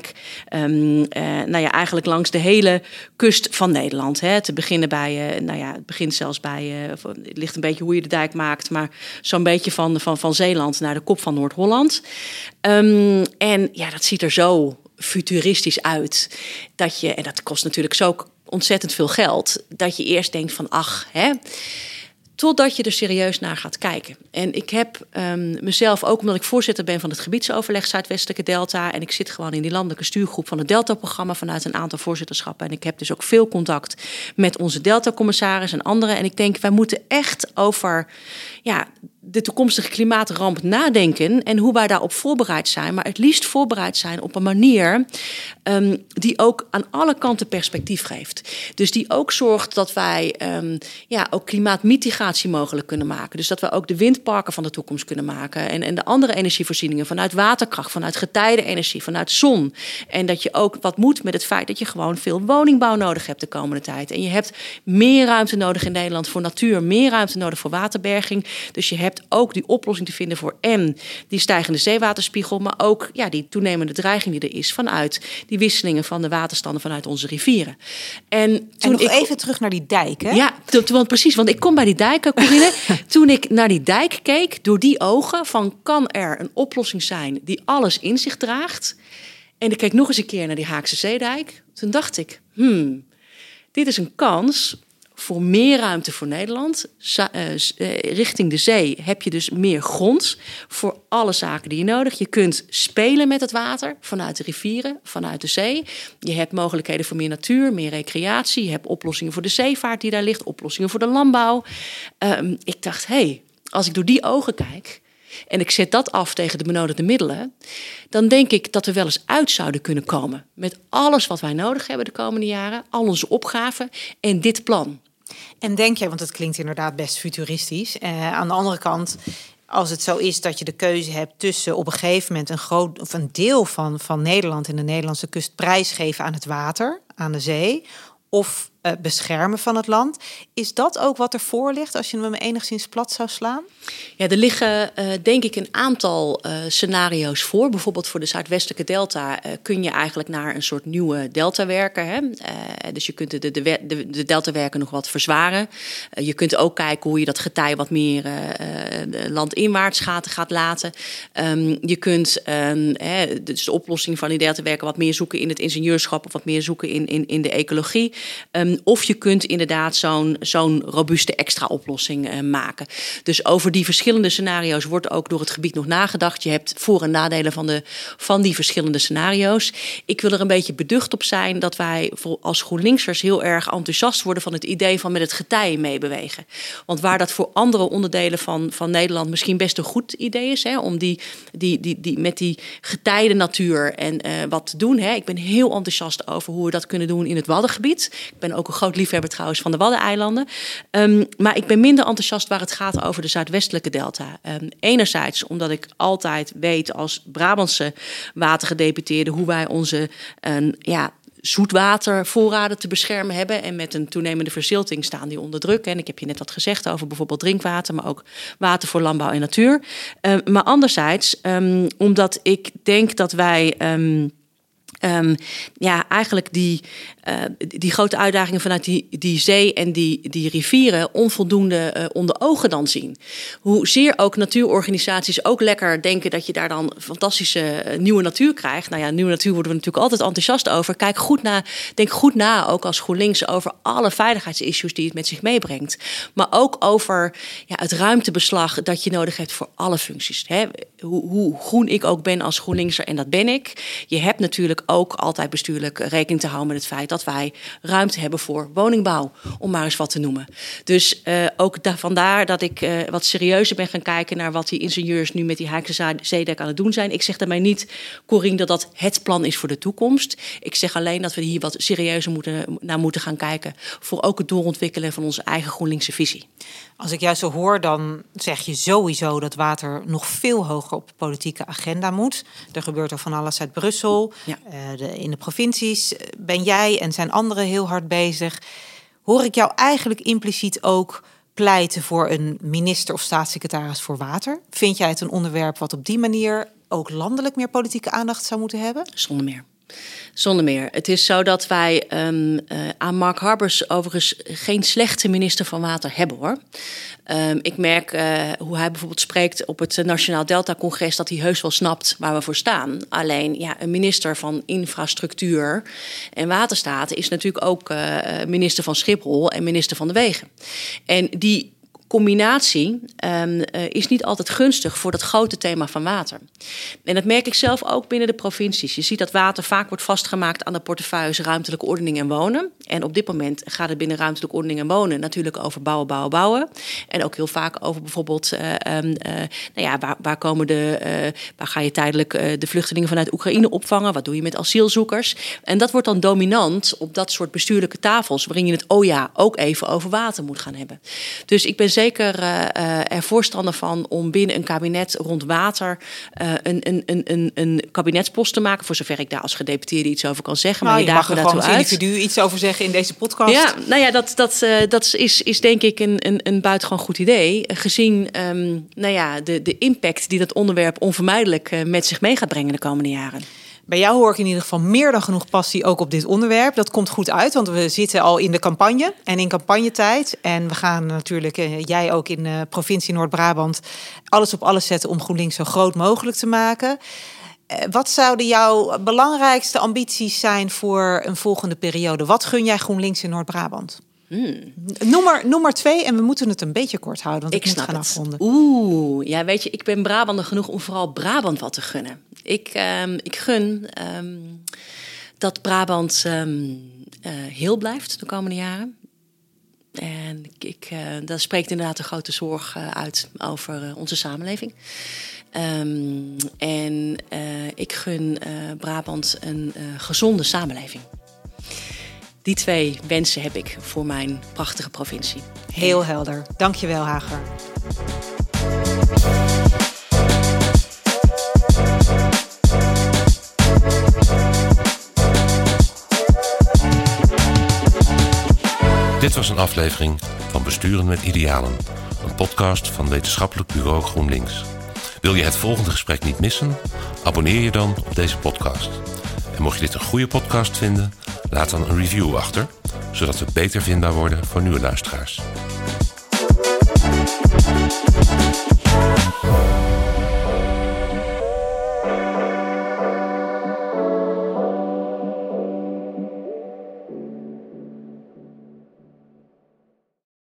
Um, uh, nou ja, eigenlijk langs de hele kust van Nederland. Hè. Te beginnen bij, uh, nou ja, het begint zelfs bij, uh, het ligt een beetje hoe je de dijk maakt, maar zo'n beetje van, van, van Zeeland naar de kop van Noord-Holland. Um, en ja, dat ziet er zo futuristisch uit. Dat je, en dat kost natuurlijk zo ontzettend veel geld, dat je eerst denkt van ach, hè. Totdat je er serieus naar gaat kijken. En ik heb um, mezelf, ook omdat ik voorzitter ben van het gebiedsoverleg Zuidwestelijke Delta, en ik zit gewoon in die landelijke stuurgroep van het Delta-programma vanuit een aantal voorzitterschappen. En ik heb dus ook veel contact met onze Delta-commissaris en anderen. En ik denk, wij moeten echt over ja, de toekomstige klimaatramp nadenken en hoe wij daarop voorbereid zijn. Maar het liefst voorbereid zijn op een manier um, die ook aan alle kanten perspectief geeft. Dus die ook zorgt dat wij um, ja, ook klimaatmitigatie mogelijk kunnen maken. Dus dat we ook de windparken van de toekomst kunnen maken. En, en de andere energievoorzieningen vanuit waterkracht, vanuit getijdenenergie, vanuit zon. En dat je ook wat moet met het feit dat je gewoon veel woningbouw nodig hebt de komende tijd. En je hebt meer ruimte nodig in Nederland voor natuur, meer ruimte nodig voor waterberging. Dus je hebt ook die oplossing te vinden voor en die stijgende zeewaterspiegel, maar ook ja, die toenemende dreiging die er is vanuit die wisselingen van de waterstanden vanuit onze rivieren. En, toen en nog ik, ik... even terug naar die dijk, hè? Ja, t- want precies, want ik kom bij die dijk, Corinne. Toen ik naar die dijk keek, door die ogen van kan er een oplossing zijn die alles in zich draagt? En ik keek nog eens een keer naar die Haakse Zeedijk. Toen dacht ik, hmm, dit is een kans voor meer ruimte voor Nederland. Za- uh, uh, richting de zee heb je dus meer grond voor alle zaken die je nodig. Je kunt spelen met het water vanuit de rivieren, vanuit de zee. Je hebt mogelijkheden voor meer natuur, meer recreatie. Je hebt oplossingen voor de zeevaart die daar ligt, oplossingen voor de landbouw. Um, ik dacht, hé, hey, als ik door die ogen kijk en ik zet dat af tegen de benodigde middelen, dan denk ik dat we wel eens uit zouden kunnen komen met alles wat wij nodig hebben de komende jaren, al onze opgaven en dit plan. En denk jij, want het klinkt inderdaad best futuristisch. Eh, aan de andere kant, als het zo is dat je de keuze hebt tussen op een gegeven moment een groot of een deel van, van Nederland en de Nederlandse kust prijsgeven aan het water, aan de zee, of uh, beschermen van het land. Is dat ook wat ervoor ligt als je hem enigszins plat zou slaan? Ja, er liggen uh, denk ik een aantal uh, scenario's voor. Bijvoorbeeld voor de Zuidwestelijke Delta uh, kun je eigenlijk naar een soort nieuwe delta werken. Hè? Uh, dus je kunt de, de, de, de deltawerken nog wat verzwaren. Uh, je kunt ook kijken hoe je dat getij wat meer uh, uh, landinwaarts gaat, gaat laten. Um, je kunt um, hè, dus de oplossing van die deltawerken wat meer zoeken in het ingenieurschap of wat meer zoeken in, in, in de ecologie. Um, of je kunt inderdaad zo'n, zo'n robuuste extra oplossing uh, maken. Dus over die verschillende scenario's wordt ook door het gebied nog nagedacht. Je hebt voor- en nadelen van, de, van die verschillende scenario's. Ik wil er een beetje beducht op zijn dat wij als GroenLinksers heel erg enthousiast worden van het idee van met het getij meebewegen. Want waar dat voor andere onderdelen van, van Nederland misschien best een goed idee is, hè, om die, die, die, die, met die getijde natuur en uh, wat te doen. Hè. Ik ben heel enthousiast over hoe we dat kunnen doen in het Waddengebied. Ik ben ook een groot liefhebber trouwens van de Waddeneilanden. Um, maar ik ben minder enthousiast waar het gaat over de Zuidwestelijke Delta. Um, enerzijds omdat ik altijd weet als Brabantse watergedeputeerde hoe wij onze uh, ja, zoetwatervoorraden te beschermen hebben. En met een toenemende verzilting staan die onder druk. En ik heb je net wat gezegd over bijvoorbeeld drinkwater, maar ook water voor landbouw en natuur. Um, maar anderzijds, um, omdat ik denk dat wij Um, Um, ja, eigenlijk die, uh, die grote uitdagingen vanuit die, die zee en die, die rivieren onvoldoende uh, onder ogen dan zien. Hoezeer ook natuurorganisaties ook lekker denken dat je daar dan fantastische uh, nieuwe natuur krijgt. Nou ja, nieuwe natuur worden we natuurlijk altijd enthousiast over. Kijk goed na, denk goed na, ook als GroenLinks, over alle veiligheidsissues die het met zich meebrengt. Maar ook over ja, het ruimtebeslag dat je nodig hebt voor alle functies. Hè? Hoe, hoe groen ik ook ben als GroenLinkser, en dat ben ik. Je hebt natuurlijk ook altijd bestuurlijk rekening te houden met het feit dat wij ruimte hebben voor woningbouw, om maar eens wat te noemen. Dus uh, ook da- vandaar dat ik uh, wat serieuzer ben gaan kijken naar wat die ingenieurs nu met die Haakse Zeedijk aan het doen zijn. Ik zeg daarmee niet, Corine, dat dat het plan is voor de toekomst. Ik zeg alleen dat we hier wat serieuzer moeten, naar moeten gaan kijken voor ook het doorontwikkelen van onze eigen GroenLinkse visie. Als ik jou zo hoor, dan zeg je sowieso dat water nog veel hoger op de politieke agenda moet. Er gebeurt er van alles uit Brussel. Ja. Uh, de, in de provincies ben jij en zijn anderen heel hard bezig. Hoor ik jou eigenlijk impliciet ook pleiten voor een minister of staatssecretaris voor water? Vind jij het een onderwerp wat op die manier ook landelijk meer politieke aandacht zou moeten hebben? Zonder meer. Zonder meer. Het is zo dat wij um, uh, aan Mark Harbers overigens geen slechte minister van Water hebben, hoor. Um, ik merk uh, hoe hij bijvoorbeeld spreekt op het Nationaal Delta-congres dat hij heus wel snapt waar we voor staan. Alleen ja, een minister van Infrastructuur en Waterstaat is natuurlijk ook uh, minister van Schiphol en minister van de Wegen. En die combinatie um, uh, is niet altijd gunstig voor dat grote thema van water. En dat merk ik zelf ook binnen de provincies. Je ziet dat water vaak wordt vastgemaakt aan de portefeuilles ruimtelijke ordening en wonen. En op dit moment gaat het binnen ruimtelijke ordening en wonen natuurlijk over bouwen, bouwen, bouwen. En ook heel vaak over bijvoorbeeld, uh, um, uh, nou ja, waar, waar komen de, uh, waar ga je tijdelijk uh, de vluchtelingen vanuit Oekraïne opvangen? Wat doe je met asielzoekers? En dat wordt dan dominant op dat soort bestuurlijke tafels, waarin je het, oh ja, ook even over water moet gaan hebben. Dus ik ben zeker uh, uh, er voorstander van om binnen een kabinet rond water uh, een, een, een, een, een kabinetspost te maken, voor zover ik daar als gedeputeerde iets over kan zeggen. Nou, maar je, je mag er gewoon als uit. individu iets over zeggen in deze podcast. Ja, nou ja, dat, dat, uh, dat is, is denk ik een, een, een buitengewoon goed idee. Gezien um, nou ja, de, de impact die dat onderwerp onvermijdelijk uh, met zich mee gaat brengen de komende jaren. Bij jou hoor ik in ieder geval meer dan genoeg passie ook op dit onderwerp. Dat komt goed uit, want we zitten al in de campagne en in campagnetijd. En we gaan natuurlijk, uh, jij ook in de provincie Noord-Brabant, alles op alles zetten om GroenLinks zo groot mogelijk te maken. Uh, wat zouden jouw belangrijkste ambities zijn voor een volgende periode? Wat gun jij GroenLinks in Noord-Brabant? Hmm. Noem, maar, noem maar twee en we moeten het een beetje kort houden, want ik, ik moet gaan het. afronden. Oeh, ja, weet je, ik ben Brabander genoeg om vooral Brabant wat te gunnen. Ik, um, ik gun um, dat Brabant um, uh, heel blijft de komende jaren. En ik, ik, uh, dat spreekt inderdaad een grote zorg uh, uit over uh, onze samenleving. Um, en uh, ik gun uh, Brabant een uh, gezonde samenleving. Die twee wensen heb ik voor mijn prachtige provincie. Heel helder. Dank je wel, Hager. Dit was een aflevering van Besturen met Idealen, een podcast van Wetenschappelijk Bureau GroenLinks. Wil je het volgende gesprek niet missen? Abonneer je dan op deze podcast. En mocht je dit een goede podcast vinden, laat dan een review achter, zodat we beter vindbaar worden voor nieuwe luisteraars.